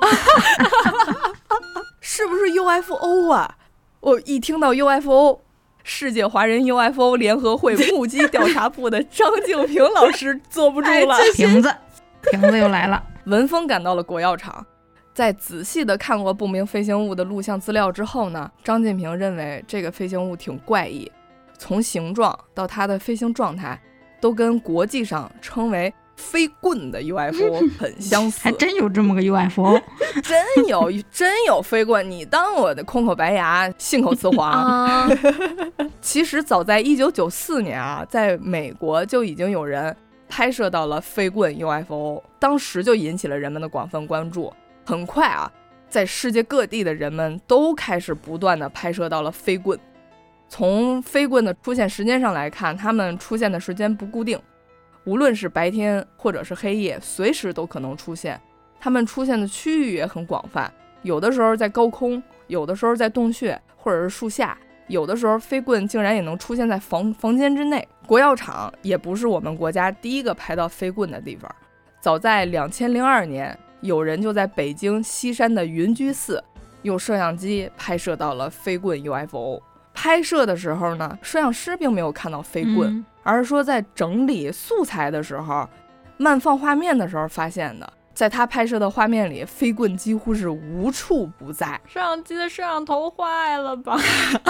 是不是 UFO 啊？我一听到 UFO， 世界华人 UFO 联合会目击调查部的张静平老师坐不住了， 瓶子又来了。 闻风赶到了国药厂，在仔细的看过不明飞行物的录像资料之后呢，张进平认为这个飞行物挺怪异，从形状到它的飞行状态都跟国际上称为飞棍的 UFO 很相似。 还真有这么个 UFO， 真有飞棍，你当我的空口白牙信口雌黄。其实早在1994年啊，在美国就已经有人拍摄到了飞棍 UFO， 当时就引起了人们的广泛关注。很快啊，在世界各地的人们都开始不断的拍摄到了飞棍。从飞棍的出现时间上来看，它们出现的时间不固定，无论是白天或者是黑夜，随时都可能出现。它们出现的区域也很广泛，有的时候在高空，有的时候在洞穴或者是树下，有的时候飞棍竟然也能出现在房间之内。国药厂也不是我们国家第一个拍到飞棍的地方，早在2002年，有人就在北京西山的云居寺用摄像机拍摄到了飞棍 UFO。 拍摄的时候呢，摄像师并没有看到飞棍，而是说在整理素材的时候，慢放画面的时候发现的。在他拍摄的画面里，飞棍几乎是无处不在。 摄像机的摄像头坏了吧？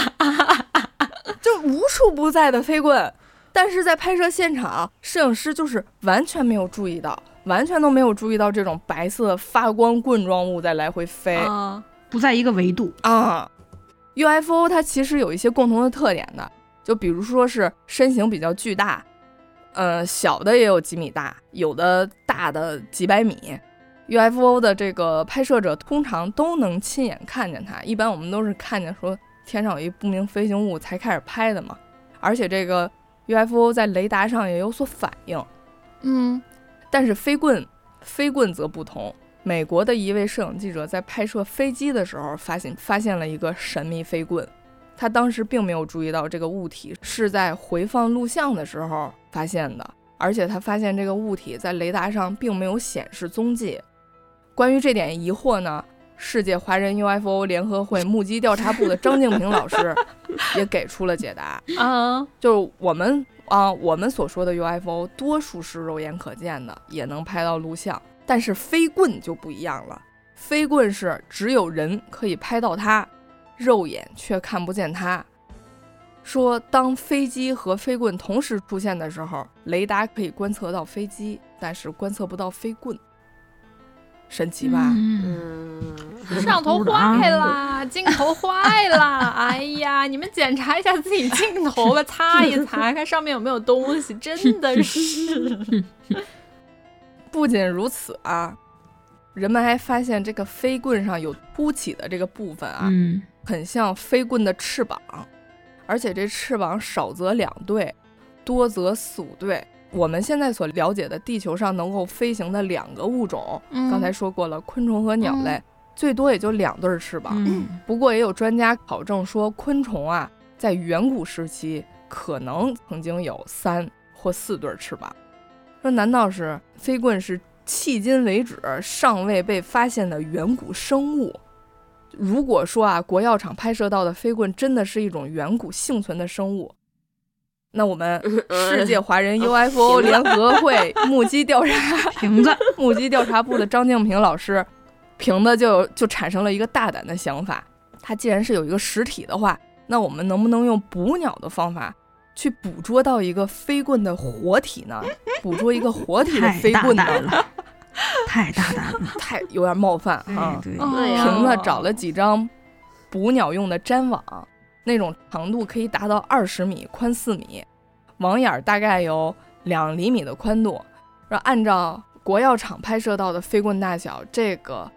就无处不在的飞棍，但是在拍摄现场，摄影师就是完全没有注意到，完全都没有注意到这种白色发光棍状物在来回飞， 不在一个维度啊。UFO 它其实有一些共同的特点的，就比如说是身形比较巨大，小的也有几米大，有的大的几百米。UFO 的这个拍摄者通常都能亲眼看见它，一般我们都是看见说天上有一不明飞行物才开始拍的嘛。而且这个 UFO 在雷达上也有所反应，但是飞棍则不同。美国的一位摄影记者在拍摄飞机的时候发现了一个神秘飞棍，他当时并没有注意到这个物体是在回放录像的时候发现的，而且他发现这个物体在雷达上并没有显示踪迹。关于这点疑惑呢，世界华人 UFO 联合会目击调查部的张静平老师也给出了解答就是我们所说的 UFO 多数是肉眼可见的，也能拍到录像，但是飞棍就不一样了。飞棍是只有人可以拍到它，肉眼却看不见它。说当飞机和飞棍同时出现的时候，雷达可以观测到飞机，但是观测不到飞棍。神奇吧？ 摄像头坏了，镜头坏了，哎呀，你们检查一下自己镜头吧，擦一擦，看上面有没有东西，真的是。 不仅如此啊，人们还发现这个飞棍上有凸起的这个部分啊，很像飞棍的翅膀，而且这翅膀少则2对，多则4-5对。我们现在所了解的地球上能够飞行的2个物种，刚才说过了，昆虫和鸟类，最多也就2对翅膀。不过也有专家考证说，昆虫啊，在远古时期可能曾经有3或4对翅膀。说难道是飞棍是迄今为止尚未被发现的远古生物？如果说啊，国药厂拍摄到的飞棍真的是一种远古幸存的生物，那我们世界华人 UFO 联合会目击调查部的张静平老师凭的就产生了一个大胆的想法，它既然是有一个实体的话，那我们能不能用捕鸟的方法去捕捉到一个飞棍的活体呢？捕捉一个活体的飞棍呢？ 太大胆了， 太有点冒犯啊！ 对， 瓶子找了几张捕鸟用的粘网，那种长度可以达到20米，宽4米，网眼大概有2厘米的宽度。然后按照国药厂拍摄到的飞棍大小，这个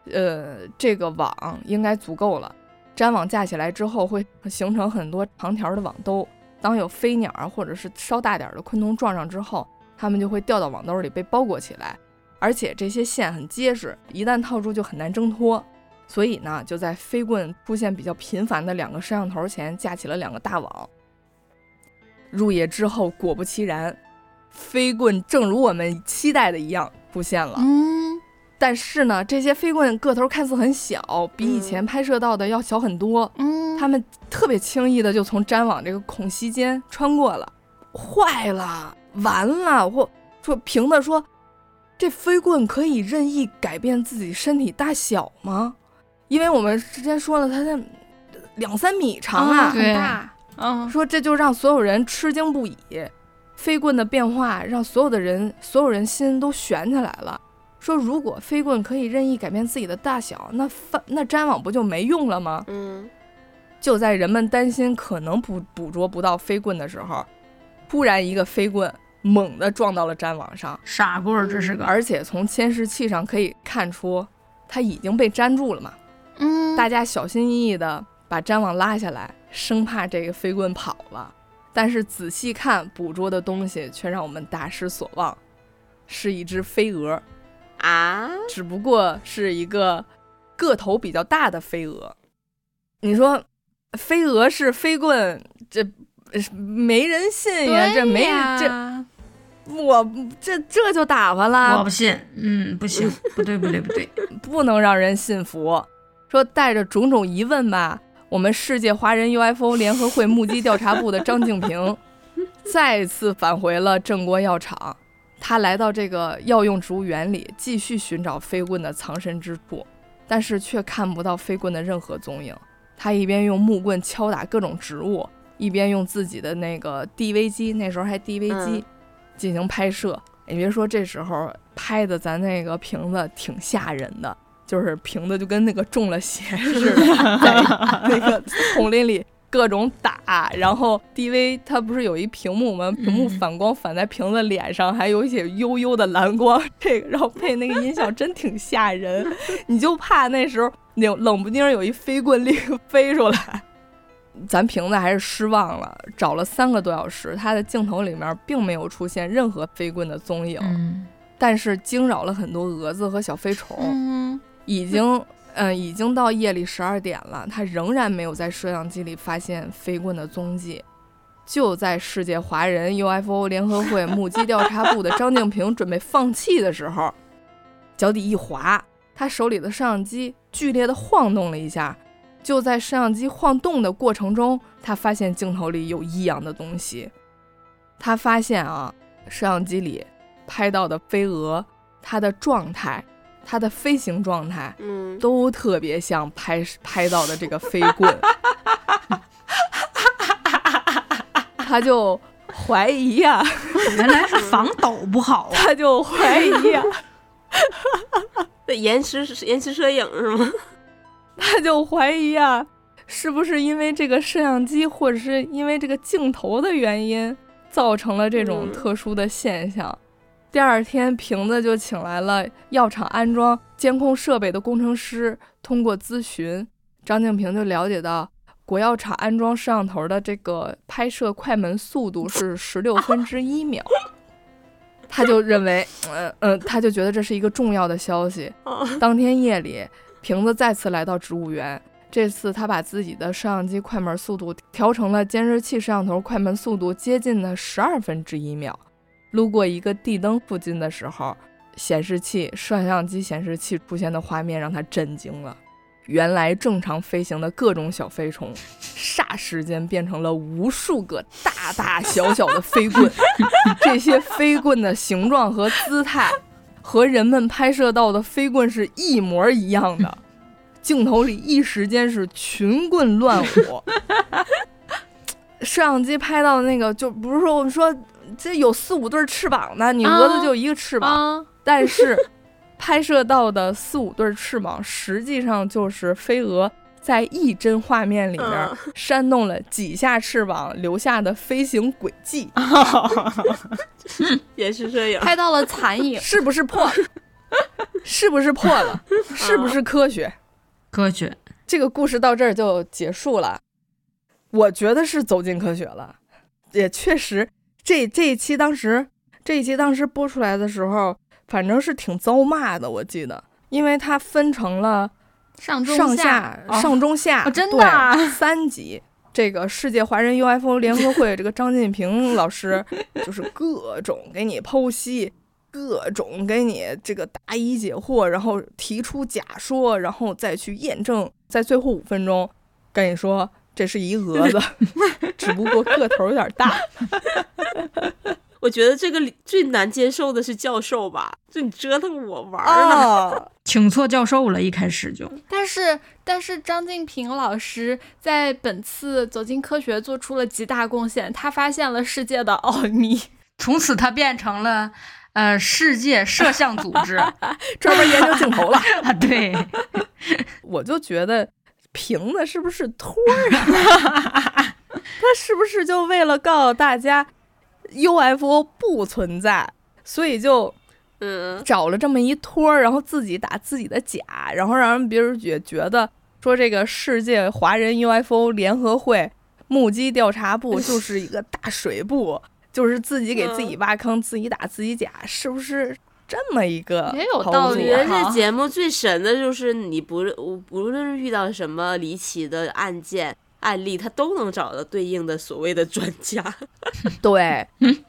网应该足够了。粘网架起来之后，会形成很多长条的网兜。当有飞鸟或者是稍大点的昆虫撞上之后，它们就会掉到网兜里被包裹起来。 而且这些线很结实，一旦套住就很难挣脱。所以呢，就在飞棍出现比较频繁的2个摄像头前架起了2个大网。入夜之后，果不其然，飞棍正如我们期待的一样出现了。但是呢，这些飞棍个头看似很小，比以前拍摄到的要小很多。他们特别轻易的就从粘网这个孔隙间穿过了。坏了，完了！或说凭的说，这飞棍可以任意改变自己身体大小吗？因为我们之前说了，它的2-3米长啊， 很大。 说这就让所有人吃惊不已。飞棍的变化让所有人心都悬起来了。说如果飞棍可以任意改变自己的大小，那粘网不就没用了吗？就在人们担心可能捕捉不到飞棍的时候，突然一个飞棍猛地撞到了粘网上。 傻棍儿，这是个。 而且从监视器上可以看出，它已经被粘住了嘛。大家小心翼翼的把粘网拉下来，生怕这个飞棍跑了。但是仔细看，捕捉的东西却让我们大失所望，是一只飞蛾啊， 只不过是一个个头比较大的飞蛾。你说飞蛾是飞棍，这没人信呀，这没这我这就打发了， 我不信，不行，不对， 不能让人信服。说带着种种疑问吧，我们世界华人 UFO 联合会目击调查部的张静平再次返回了正锅药厂。他来到这个药用植物园里，继续寻找飞棍的藏身之处，但是却看不到飞棍的任何踪影。他一边用木棍敲打各种植物，一边用自己的那个 DV 机，那时候还 DV 机进行拍摄。你别说，这时候拍的咱那个瓶子挺吓人的，就是瓶子就跟那个中了邪似的，在那个丛林里各种打。然后 DV 它不是有一屏幕吗？屏幕反光反在瓶子脸上，还有一些幽幽的蓝光，这个然后配那个音效真挺吓人。你就怕那时候冷不丁有一飞棍立刻飞出来。咱瓶子还是失望了，找了3个多小时，它的镜头里面并没有出现任何飞棍的踪影，但是惊扰了很多蛾子和小飞虫。已经到夜里12点了，他仍然没有在摄像机里发现飞棍的踪迹。就在世界华人 UFO 联合会目击调查部的张静平准备放弃的时候，脚底一滑，他手里的摄像机剧烈的晃动了一下。就在摄像机晃动的过程中，他发现镜头里有异样的东西。他发现摄像机里拍到的飞蛾，它的状态，它的飞行状态，都特别像拍到的这个飞棍。他就怀疑呀， 原来是防抖不好他就怀疑呀， 这延迟摄影是吗？ 他就怀疑啊，是不是因为这个摄像机或者是因为这个镜头的原因造成了这种特殊的现象。第二天瓶子就请来了药厂安装监控设备的工程师，通过咨询，张静平就了解到国药厂安装摄像头的这个拍摄快门速度是1/16秒。他就认为他就觉得这是一个重要的消息。当天夜里瓶子再次来到植物园，这次他把自己的摄像机快门速度调成了监视器摄像头快门速度接近的1/12秒。路过一个地灯附近的时候，摄像机显示器出现的画面让他震惊了。原来正常飞行的各种小飞虫，霎时间变成了无数个大大小小的飞棍。这些飞棍的形状和姿态和人们拍摄到的飞棍是一模一样的，镜头里一时间是群棍乱舞。摄像机拍到的那个，就不是说我们说这有4-5对翅膀的，你蛾子就一个翅膀，但是拍摄到的4-5对翅膀实际上就是飞蛾在一帧画面里面扇动了几下翅膀留下的飞行轨迹。 也是摄影拍到了残影。 是不是破了？是不是破了？是不是科学？ 科学。 这个故事到这儿就结束了。我觉得是走进科学了，也确实这一期当时播出来的时候， 反正是挺遭骂的，我记得，因为它分成了上下、上中下， 真的啊对3集。这个世界华人 UFO 联合会这个张晋平老师就是各种给你剖析，各种给你这个答疑解惑，然后提出假说，然后再去验证，在最后5分钟跟你说这是一蛾子只不过个头有点大。 我觉得这个最难接受的是教授吧，就你折腾我玩呢。 请错教授了，一开始就。 但是张晋平老师在本次走进科学做出了极大贡献，他发现了世界的奥秘， 从此他变成了世界摄像组织专门研究镜头了啊。对， 我就觉得瓶子是不是托儿啊？他是不是就为了告诉大家 UFO 不存在，所以就找了这么一托儿，然后自己打自己的假，然后让人别人觉得说这个世界华人 UFO 联合会目击调查部就是一个大水部，就是自己给自己挖坑，自己打自己假，是不是这么一个也有道理？ 我觉得这节目最神的就是你不论是遇到什么离奇的案例，他都能找到对应的所谓的专家。 对，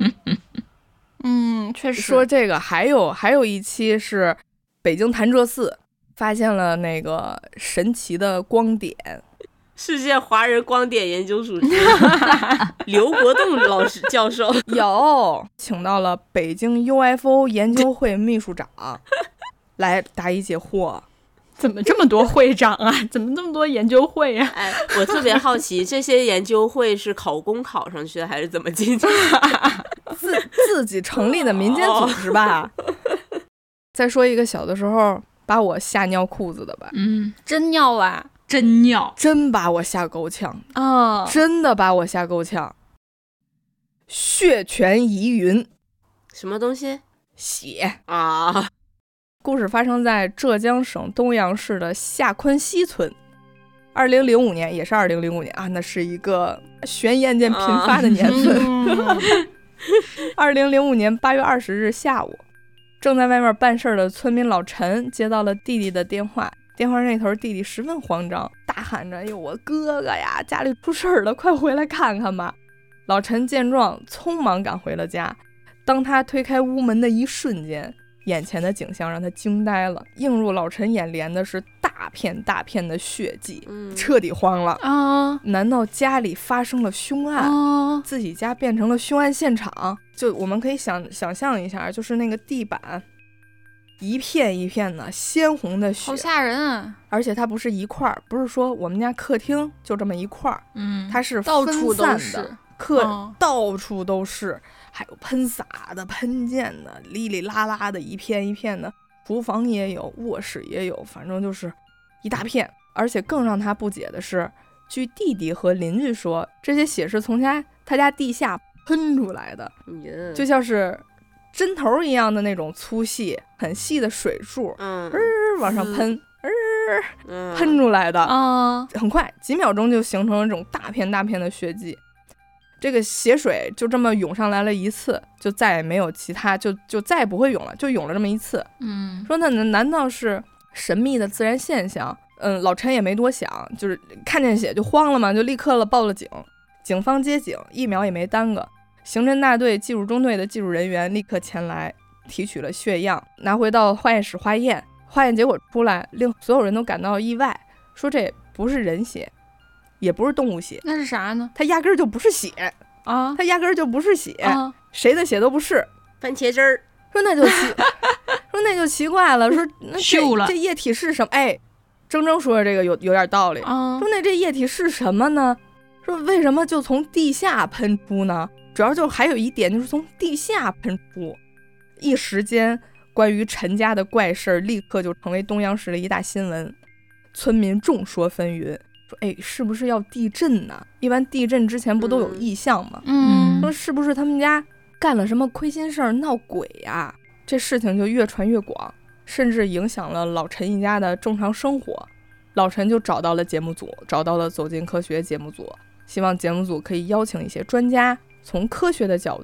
确实。 说这个还有一期是北京潭柘寺发现了那个神奇的光点， 世界华人光点研究组织刘国栋老师教授有请到了北京 UFO 研究会秘书长来答疑解惑。 怎么这么多会长啊？怎么这么多研究会啊？ 哎，我特别好奇，这些研究会是考公考上去的，还是怎么进去的？ 自己成立的民间组织吧。再说一个小的时候把我吓尿裤子的吧。 真尿啊！ 真尿， 真把我吓够呛啊！ 真的把我吓够呛。血泉疑云， 什么东西？ 血啊！ 故事发生在浙江省东阳市的下昆西村。2005年，也是2005年啊，那是一个悬疑案件频发的年份。2005年8月20日下午，正在外面办事的村民老陈接到了弟弟的电话，电话那头弟弟十分慌张，大喊着：“哎呦，我哥哥呀，家里出事了，快回来看看吧！”老陈见状，匆忙赶回了家。当他推开屋门的一瞬间，眼前的景象让他惊呆了，映入老陈眼帘的是大片大片的血迹，彻底慌了啊！难道家里发生了凶案？自己家变成了凶案现场？就我们可以想象一下，就是那个地板一片一片的鲜红的血， 好吓人啊！ 而且它不是一块儿，不是说我们家客厅就这么一块儿，它是到处都分是散的，到处都是。还有喷洒的、喷溅的，哩哩啦啦的，一片一片的，厨房也有，卧室也有，反正就是一大片。而且更让他不解的是，据弟弟和邻居说，这些血是从他家地下喷出来的，就像是针头一样的那种粗细、很细的水柱，往上喷，喷出来的，很快几秒钟就形成了这种大片大片的血迹。这个血水就这么涌上来了一次，就再也没有其他，就再也不会涌了，就涌了这么一次。说那难道是神秘的自然现象？老陈也没多想，就是看见血就慌了嘛，就立刻报了警。警方接警，1秒也没耽搁。刑侦大队技术中队的技术人员立刻前来提取了血样，拿回到化验室化验。化验结果出来，令所有人都感到意外，说这不是人血。也不是动物血， 那是啥呢？ 它压根儿就不是血啊！ 它压根儿就不是血，谁的血都不是， 番茄汁儿。 说那就奇怪了，说那这液体是什么？哎，铮说的这个有点道理。说那这液体是什么呢？说为什么就从地下喷出呢？主要就还有一点就是从地下喷出，一时间关于陈家的怪事立刻就成为东阳市的一大新闻，村民众说纷纭。说哎，是不是要地震呢？一般地震之前不都有异象吗？说是不是他们家干了什么亏心事儿闹鬼呀？这事情就越传越广，甚至影响了老陈一家的正常生活。老陈就找到了节目组，找到了走进科学节目组，希望节目组可以邀请一些专家，从科学的角度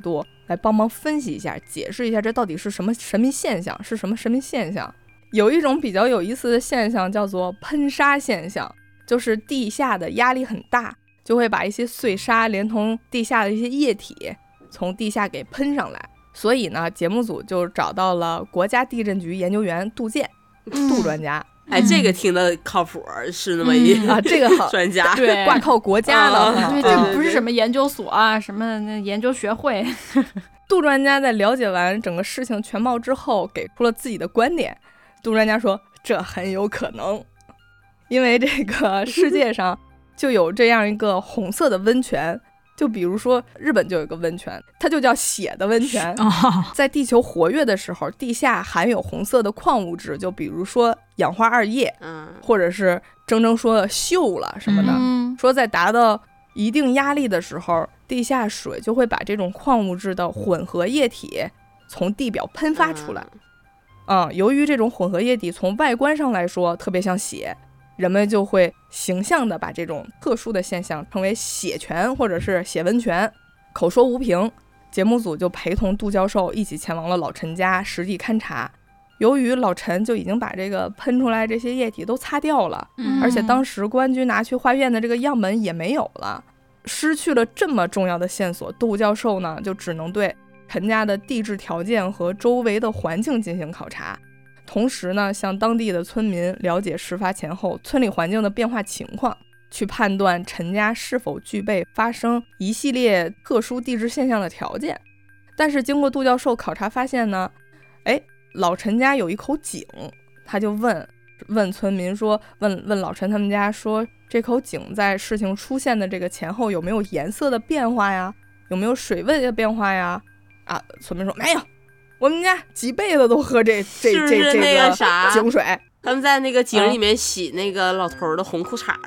来帮忙分析一下，解释一下这到底是什么神秘现象，是什么神秘现象。有一种比较有意思的现象叫做喷沙现象，就是地下的压力很大，就会把一些碎沙连同地下的一些液体从地下给喷上来。所以呢，节目组就找到了国家地震局研究员杜建，杜专家。 哎，这个听的靠谱，是那么一这个好专家， 对， 挂靠国家的。 对，这不是什么研究所啊，什么研究学会。 杜专家在了解完整个事情全貌之后，给出了自己的观点。杜专家说，这很有可能，因为这个世界上就有这样一个红色的温泉。就比如说日本就有一个温泉，它就叫血的温泉。在地球活跃的时候，地下含有红色的矿物质，就比如说氧化二液，或者是铮说锈了什么的。说在达到一定压力的时候，地下水就会把这种矿物质的混合液体从地表喷发出来。由于这种混合液体从外观上来说特别像血，人们就会形象地把这种特殊的现象称为血泉或者是血温泉。口说无凭，节目组就陪同杜教授一起前往了老陈家实地勘察。由于老陈就已经把这个喷出来这些液体都擦掉了，而且当时公安局拿去化验的这个样本也没有了，失去了这么重要的线索，杜教授呢就只能对陈家的地质条件和周围的环境进行考察，同时呢向当地的村民了解事发前后村里环境的变化情况，去判断陈家是否具备发生一系列特殊地质现象的条件。但是经过杜教授考察发现呢，老陈家有一口井，他就问村民说，问老陈他们家说，这口井在事情出现的这个前后有没有颜色的变化呀，有没有水位的变化呀？村民说没有，我们家几辈子都喝这个啥井水。 他们在那个井里面洗那个老头的红裤衩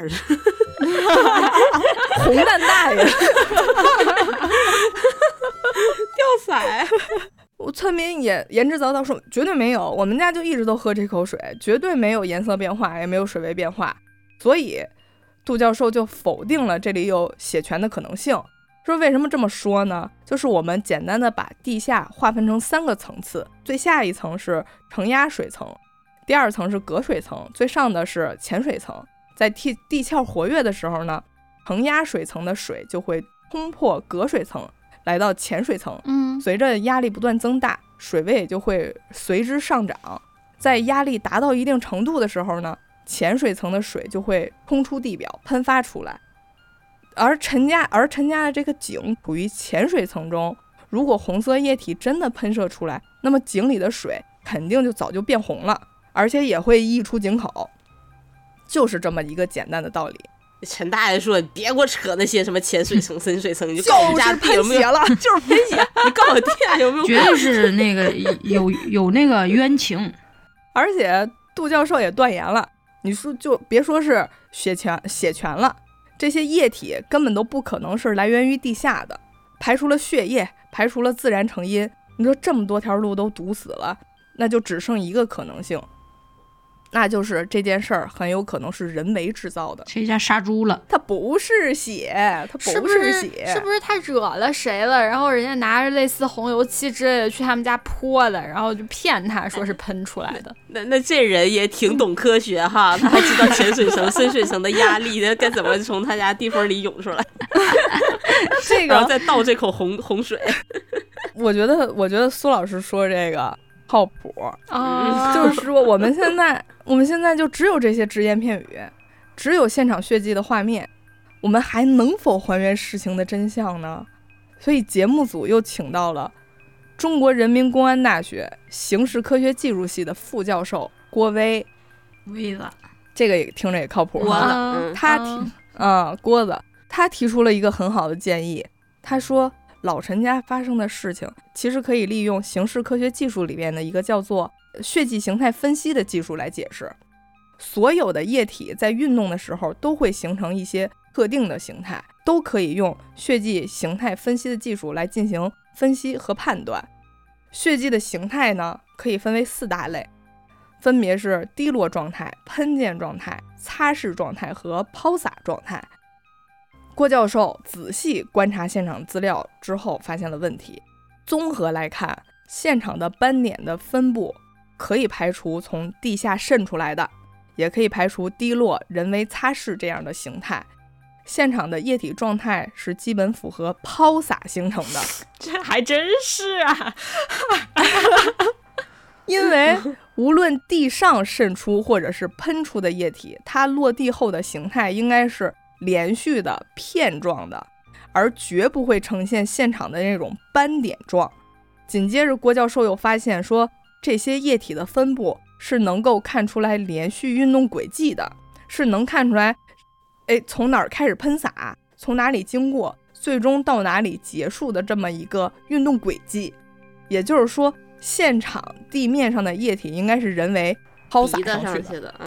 红蛋大爷掉色。 村民也言之凿凿说绝对没有，我们家就一直都喝这口水，绝对没有颜色变化，也没有水位变化。所以杜教授就否定了这里有血泉的可能性。说为什么这么说呢？就是我们简单的把地下划分成3个层次，最下一层是承压水层，第2层是隔水层，最上的是潜水层。在地壳活跃的时候呢，承压水层的水就会冲破隔水层来到潜水层，随着压力不断增大，水位也就会随之上涨。在压力达到一定程度的时候呢，潜水层的水就会冲出地表喷发出来。而陈家的这个井处于潜水层中，如果红色液体真的喷射出来，那么井里的水肯定就早就变红了，而且也会溢出井口，就是这么一个简单的道理。 陈大爷说，你别给我扯那些什么潜水层深水层，你就告诉我家地有没有了， 就是喷血，你告诉我地下有没有绝对是那个有那个冤情。 而且杜教授也断言了，你说就别说是血泉了，这些液体根本都不可能是来源于地下的，排除了血液，排除了自然成因，你说这么多条路都堵死了，那就只剩一个可能性，那就是这件事儿很有可能是人为制造的。 谁家杀猪了？ 它不是血，它不是血， 是不是他惹了谁了？然后人家拿着类似红油漆之类的去他们家泼的，然后就骗他说是喷出来的。 那这人也挺懂科学哈，他还知道潜水层、深水层的压力的该怎么从他家地缝里涌出来，然后再倒这口洪水。 我觉得苏老师说这个靠谱就是说我们现在就只有这些只言片语，只有现场血迹的画面，我们还能否还原事情的真相呢？所以节目组又请到了中国人民公安大学刑事科学技术系的副教授郭威子， 这个也听着也靠谱。 郭子， 郭子他提出了一个很好的建议，他说老陈家发生的事情其实可以利用刑事科学技术里面的一个叫做血迹形态分析的技术来解释。所有的液体在运动的时候都会形成一些特定的形态，都可以用血迹形态分析的技术来进行分析和判断。血迹的形态呢，可以分为4大类，分别是滴落状态、喷溅状态、擦拭状态和抛洒状态。郭教授仔细观察现场资料之后发现了问题， 综合来看，现场的斑点的分布可以排除从地下渗出来的，也可以排除滴落、人为擦拭这样的形态。现场的液体状态是基本符合抛洒形成的， 这还真是啊。 因为无论地上渗出或者是喷出的液体，它落地后的形态应该是连续的片状的，而绝不会呈现现场的那种斑点状。紧接着郭教授又发现说，这些液体的分布是能够看出来连续运动轨迹的，是能看出来从哪儿开始喷洒，从哪里经过，最终到哪里结束的这么一个运动轨迹。也就是说，现场地面上的液体应该是人为抛洒上去的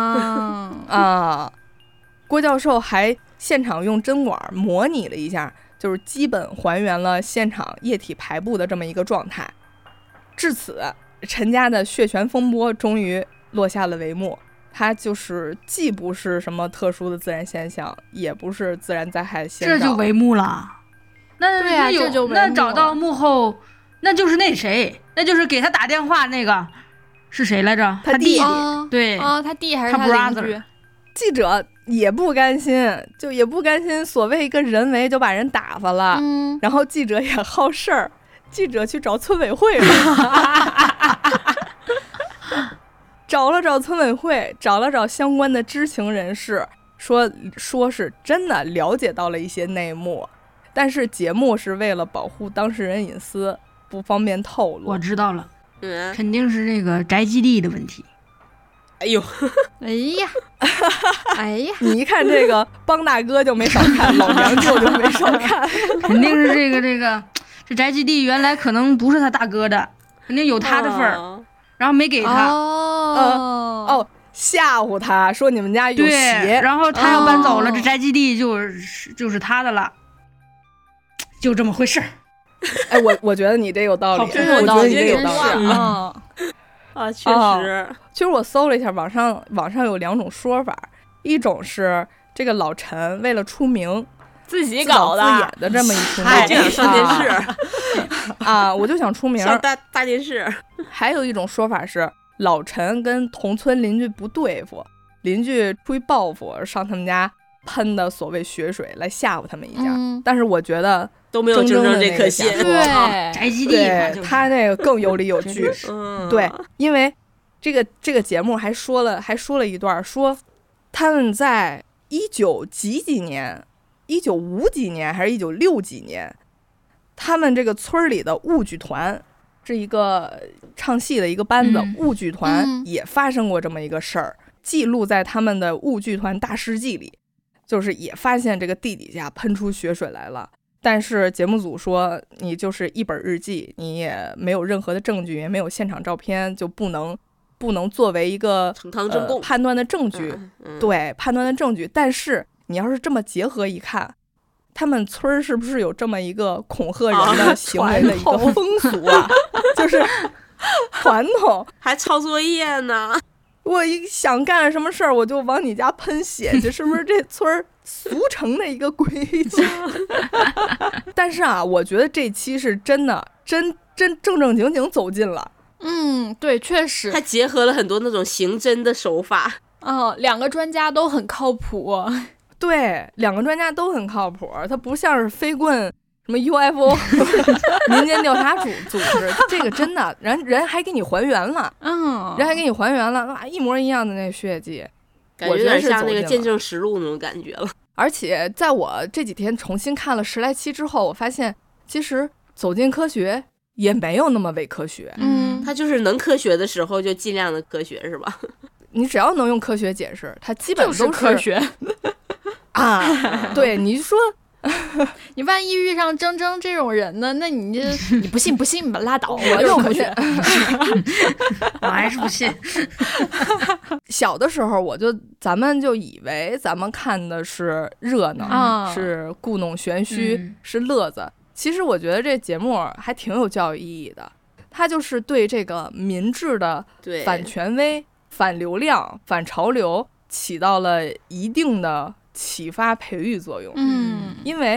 郭教授还现场用针管模拟了一下，就是基本还原了现场液体排布的这么一个状态。至此，陈家的血泉风波终于落下了帷幕。它就是既不是什么特殊的自然现象，也不是自然灾害先兆， 这就帷幕了。那对啊，这就那找到幕后，那就是那谁，那就是给他打电话那个是谁来着？他弟弟。对他弟还是他邻居。 记者也不甘心，就也不甘心所谓一个人为就把人打发了，然后记者也好事儿，记者去找村委会了。找了找村委会，找了找相关的知情人士，说是真的了解到了一些内幕，但是节目是为了保护当事人隐私，不方便透露。 我知道了，肯定是这个宅基地的问题。 哎呦， 哎呀，哎呀， 你一看这个帮大哥就没少看，老娘舅就没少看， 肯定是这宅基地原来可能不是他大哥的，肯定有他的份儿。然后没给他吓唬他说你们家有邪， 然后他要搬走了，这宅基地就是他的了，就这么回事。 哎，我觉得你这有道理， 真有道理， 这有道理确实。 其实我搜了一下，网上有两种说法，一种是这个老陈为了出名自己搞的自演的这么一出名，就想上电视我就想出名上大电视。 还有一种说法是老陈跟同村邻居不对付，邻居出于报复上他们家喷的所谓血水来吓唬他们一下，但是我觉得都没有铮这可信。 对， 宅基地对他那个更有理有据。对，因为这个节目还说了一段，说他们在19几年1950几年还是1960几年，他们这个村里的舞剧团是一个唱戏的一个班子，舞剧团也发生过这么一个事儿，记录在他们的舞剧团大事记里，就是也发现这个地底下喷出血水来了。但是节目组说你就是一本日记，你也没有任何的证据，也没有现场照片，就不能作为一个呈堂证供判断的证据。对，判断的证据。但是你要是这么结合一看，他们村儿是不是有这么一个恐吓人的行为的一个风俗啊？就是传统， 还抄作业呢。 我一想干什么事儿，我就往你家喷血去，是不是这村儿俗成的一个规矩？但是啊，我觉得这期是真的，正经走进了。 对，确实， 它结合了很多那种刑侦的手法。 两个专家都很靠谱。 对，两个专家都很靠谱，它不像是飞棍什么 UFO 民间调查组织，这个真的人还给你还原了，人还给你还原了，一模一样的那血迹， 感觉有点像那个见证实录那种感觉了。 而且在我这几天重新看了10来期之后，我发现其实走进科学也没有那么伪科学， 它就是能科学的时候就尽量的科学，是吧？ 你只要能用科学解释，它基本都是科学啊。对，你说你万一遇上铮这种人呢？那你不信吧，拉倒，我就不信。 我还是不信。 小的时候咱们就以为咱们看的是热闹，是故弄玄虚，是乐子。其实我觉得这节目还挺有教育意义的，它就是对这个民智的反权威、反流量、反潮流起到了一定的启发培育作用。因为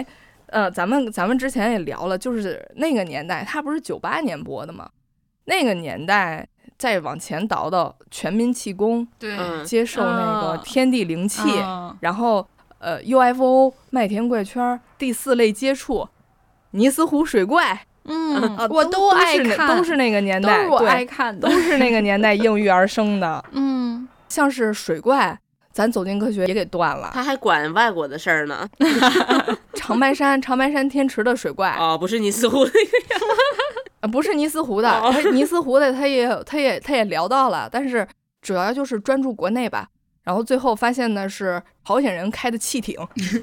咱们之前也聊了，就是那个年代，它不是98年播的吗？那个年代再往前倒到全民气功， 对， 接受那个天地灵气，然后UFO 麦田怪圈第4类接触尼斯湖水怪， 我都爱看， 都是那个年代， 都是我爱看的， 都是那个年代应运而生的。像是水怪，咱走进科学也给断了。 他还管外国的事儿呢。 长白山天池的水怪不是尼斯湖那个呀。 不是尼斯湖的，尼斯湖的他也聊到了，但是主要就是专注国内吧。然后最后发现的是朝鲜人开的汽艇。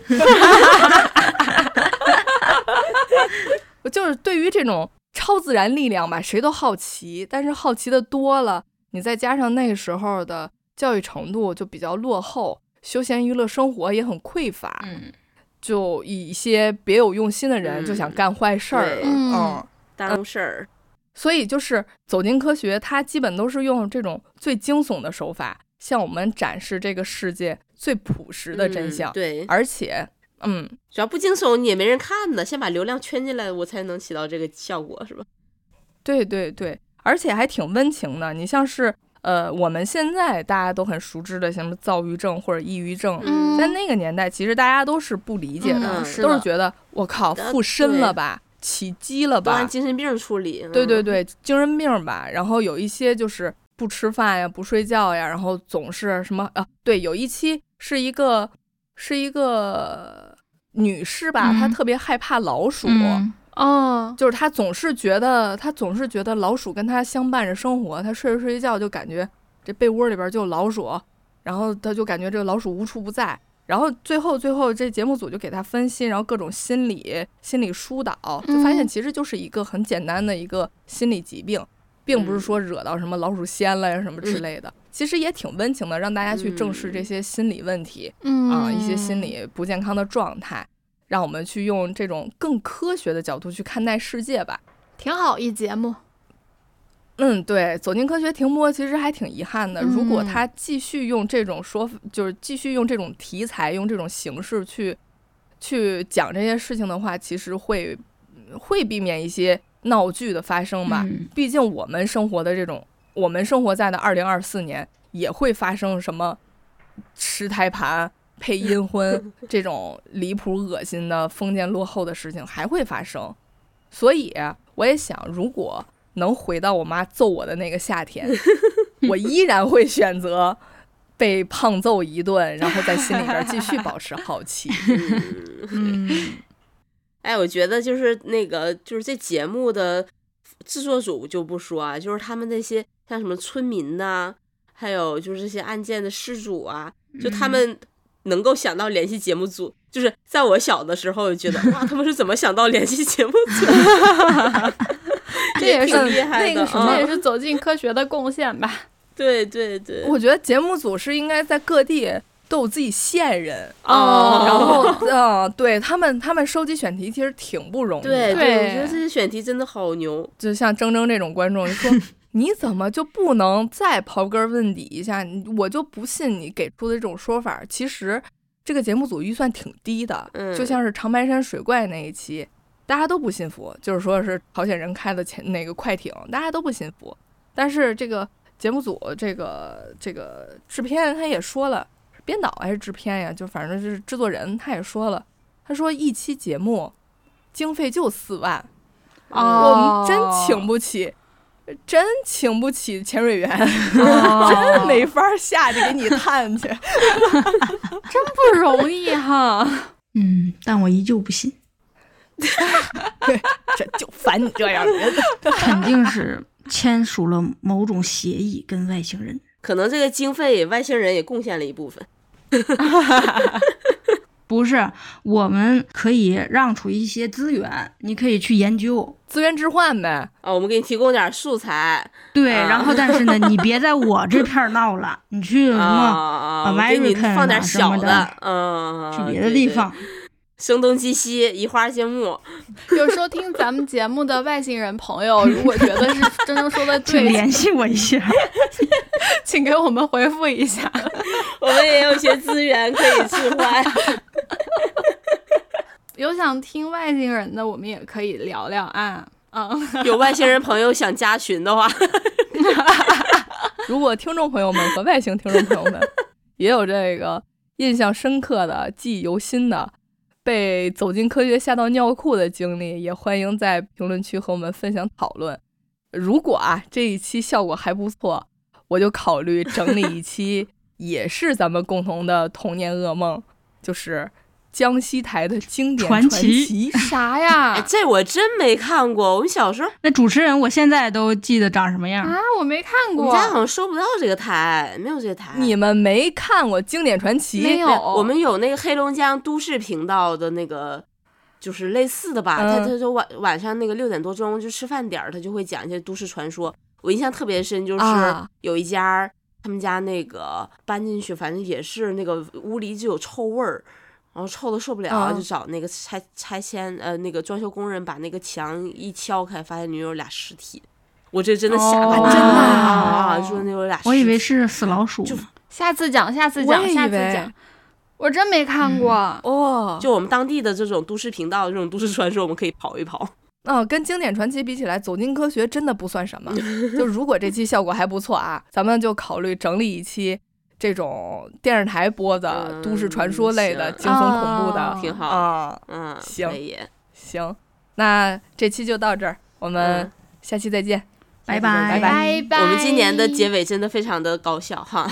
就是对于这种超自然力量吧，谁都好奇，但是好奇的多了，你再加上那时候的教育程度就比较落后，休闲娱乐生活也很匮乏，就一些别有用心的人就想干坏事儿了， 耽误事儿。 所以就是走进科学，它基本都是用这种最惊悚的手法，向我们展示这个世界最朴实的真相。 对， 而且只要不惊悚，你也没人看的，先把流量圈进来，我才能起到这个效果，是吧？ 对对对，而且还挺温情的。你像是我们现在大家都很熟知的什么躁郁症或者抑郁症，在那个年代其实大家都是不理解的，都是觉得我靠附身了吧，起鸡了吧， 都按精神病处理。 对对对，精神病吧。然后有一些就是不吃饭呀，不睡觉呀，然后总是什么对，有一期是一个女士吧，她特别害怕老鼠。就是她总是觉得老鼠跟她相伴着生活，她睡着觉就感觉这被窝里边就有老鼠，然后她就感觉这个老鼠无处不在。然后最后这节目组就给她分析，然后各种心理疏导，就发现其实就是一个很简单的一个心理疾病，并不是说惹到什么老鼠仙了呀什么之类的。其实也挺温情的，让大家去正视这些心理问题，一些心理不健康的状态。让我们去用这种更科学的角度去看待世界吧， 挺好一节目。 对，走进科学停播其实还挺遗憾的。如果他继续用这种就是继续用这种题材，用这种形式去讲这些事情的话，其实会避免一些闹剧的发生吧。毕竟我们生活在的2024年，也会发生什么吃胎盘、配阴婚这种离谱恶心的封建落后的事情还会发生。所以我也想，如果能回到我妈揍我的那个夏天，我依然会选择被胖揍一顿，然后在心里边继续保持好奇。 我觉得就是就是这节目的制作组就不说啊，就是他们那些像什么村民呐，还有就是这些案件的事主啊，就他们能够想到联系节目组，就是在我小的时候就觉得哇，他们是怎么想到联系节目组？ 这也是挺厉害的， 那个什么也是走进科学的贡献吧。 对对对， 我觉得节目组是应该在各地都有自己线人然后对他们收集选题其实挺不容易的。 对，我觉得这些选题真的好牛。 就像铮铮这种观众，你说你怎么就不能再刨根问底一下？我就不信你给出的这种说法。其实这个节目组预算挺低的，就像是长白山水怪那一期，大家都不信服，就是说是朝鲜人开的那个快艇，大家都不信服。但是这个节目组这个制片他也说了，编导还是制片呀，就反正是制作人他也说了，他说一期节目经费就4万，我们真请不起潜水员，真没法下去给你探去， 真不容易哈。 但我依旧不信。 这就烦你这样的人。 肯定是签署了某种协议跟外星人， 可能这个经费外星人也贡献了一部分。 不是，我们可以让出一些资源，你可以去研究， 资源置换呗。 我们给你提供点素材。 对，然后但是呢，你别在我这片闹了，你去什么给你放点小的，去别的地方。 声东击西，移花接木。 有收听咱们节目的外星人朋友，如果觉得是真正说的对， 请联系我一下， 请给我们回复一下。 我们也有一些资源可以置换。 有想听外星人的，我们也可以聊聊啊。 有外星人朋友想加群的话， 如果听众朋友们和外星听众朋友们也有这个印象深刻的、记忆犹新的、被走进科学吓到尿裤的经历，也欢迎在评论区和我们分享讨论。如果这一期效果还不错，我就考虑整理一期也是咱们共同的童年噩梦，就是江西台的经典传奇。 啥呀？ 这我真没看过。我们小时候那主持人我现在都记得长什么样啊？我没看过。 我们家好像收不到这个台，没有这个台。 你们没看过经典传奇？ 没有。 我们有那个黑龙江都市频道的那个，就是类似的吧。他就晚上那个6点多钟就吃饭点儿，他就会讲一些都市传说。我印象特别深，就是有一家他们家那个搬进去，反正也是那个屋里就有臭味儿。然后臭的受不了，就找那个拆迁那个装修工人把那个墙一敲开，发现里面有俩尸体。我这真的吓到真的说那有俩尸体。 我以为是死老鼠。 下次讲。我真没看过就我们当地的这种都市频道，这种都市传说，我们可以跑一跑。 跟经典传奇比起来，走进科学真的不算什么。就如果这期效果还不错咱们就考虑整理一期这种电视台播的都市传说类的惊悚恐怖的， 挺好行，那这期就到这儿，我们下期再见， 拜拜拜拜。 我们今年的结尾真的非常的高效哈。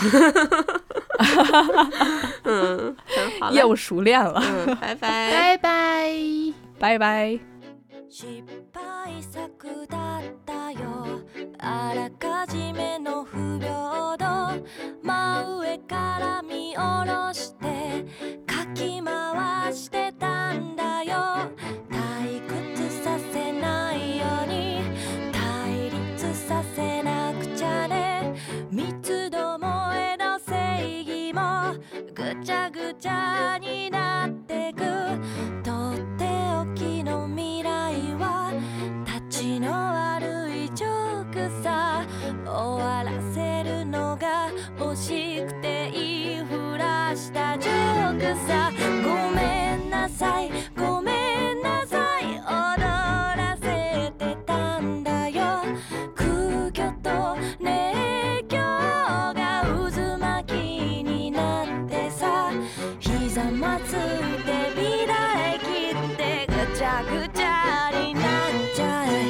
好业务熟练了。 拜拜拜拜拜拜。 失敗作だったよあらかじめの不平等真上から見下ろしてかき回してたんだよ退屈させないように対立させなくちゃね密度も絵の正義もぐちゃぐちゃになってくとっておきの未来立ちの悪いジョークさ終わらせるのが惜しくて言いふらしたジョークさごめんなさいごめんなさい踊らせてたんだよ空虚と熱狂が渦巻きになってさ膝まつって乱れ切ってぐちゃぐちゃになっちゃえ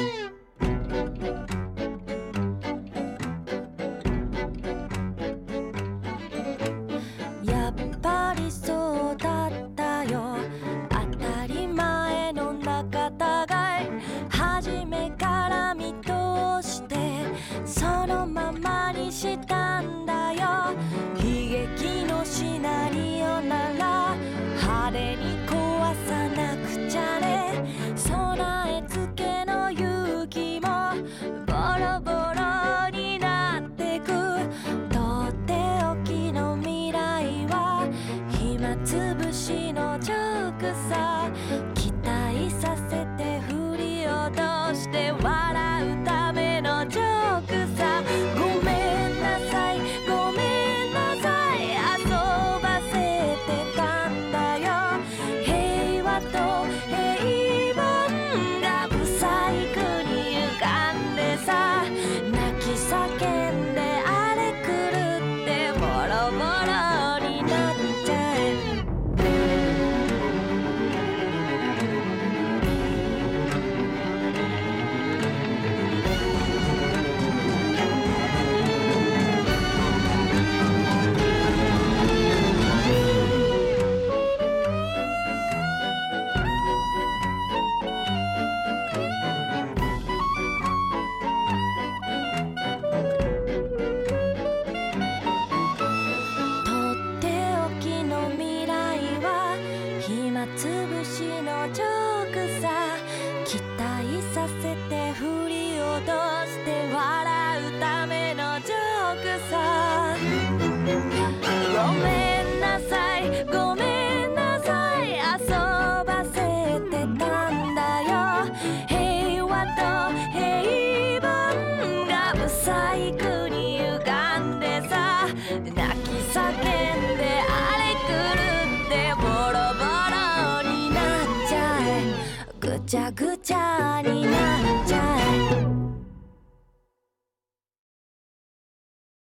やっぱりそうだったよ当たり前の仲違い初めから見通してそのままにしたんだよ悲劇のシナリオなら派手に壊さなくちゃね備え付けの勇気もボロボロになってくとっておきの未来は暇つぶしのジョークさ期待させて振り落として笑うためのジョークさごめんなさいごめんなさい遊ばせてたんだよ平和と平凡が不細工に歪んでさ泣き叫んで荒れ狂ってボロボロになっちゃえとっておきの未来は暇つぶしのジョークさ期待させて振り落として笑うためのジョークさごめんなさいごめんなさい遊ばせてたんだよ平和と平凡が不細工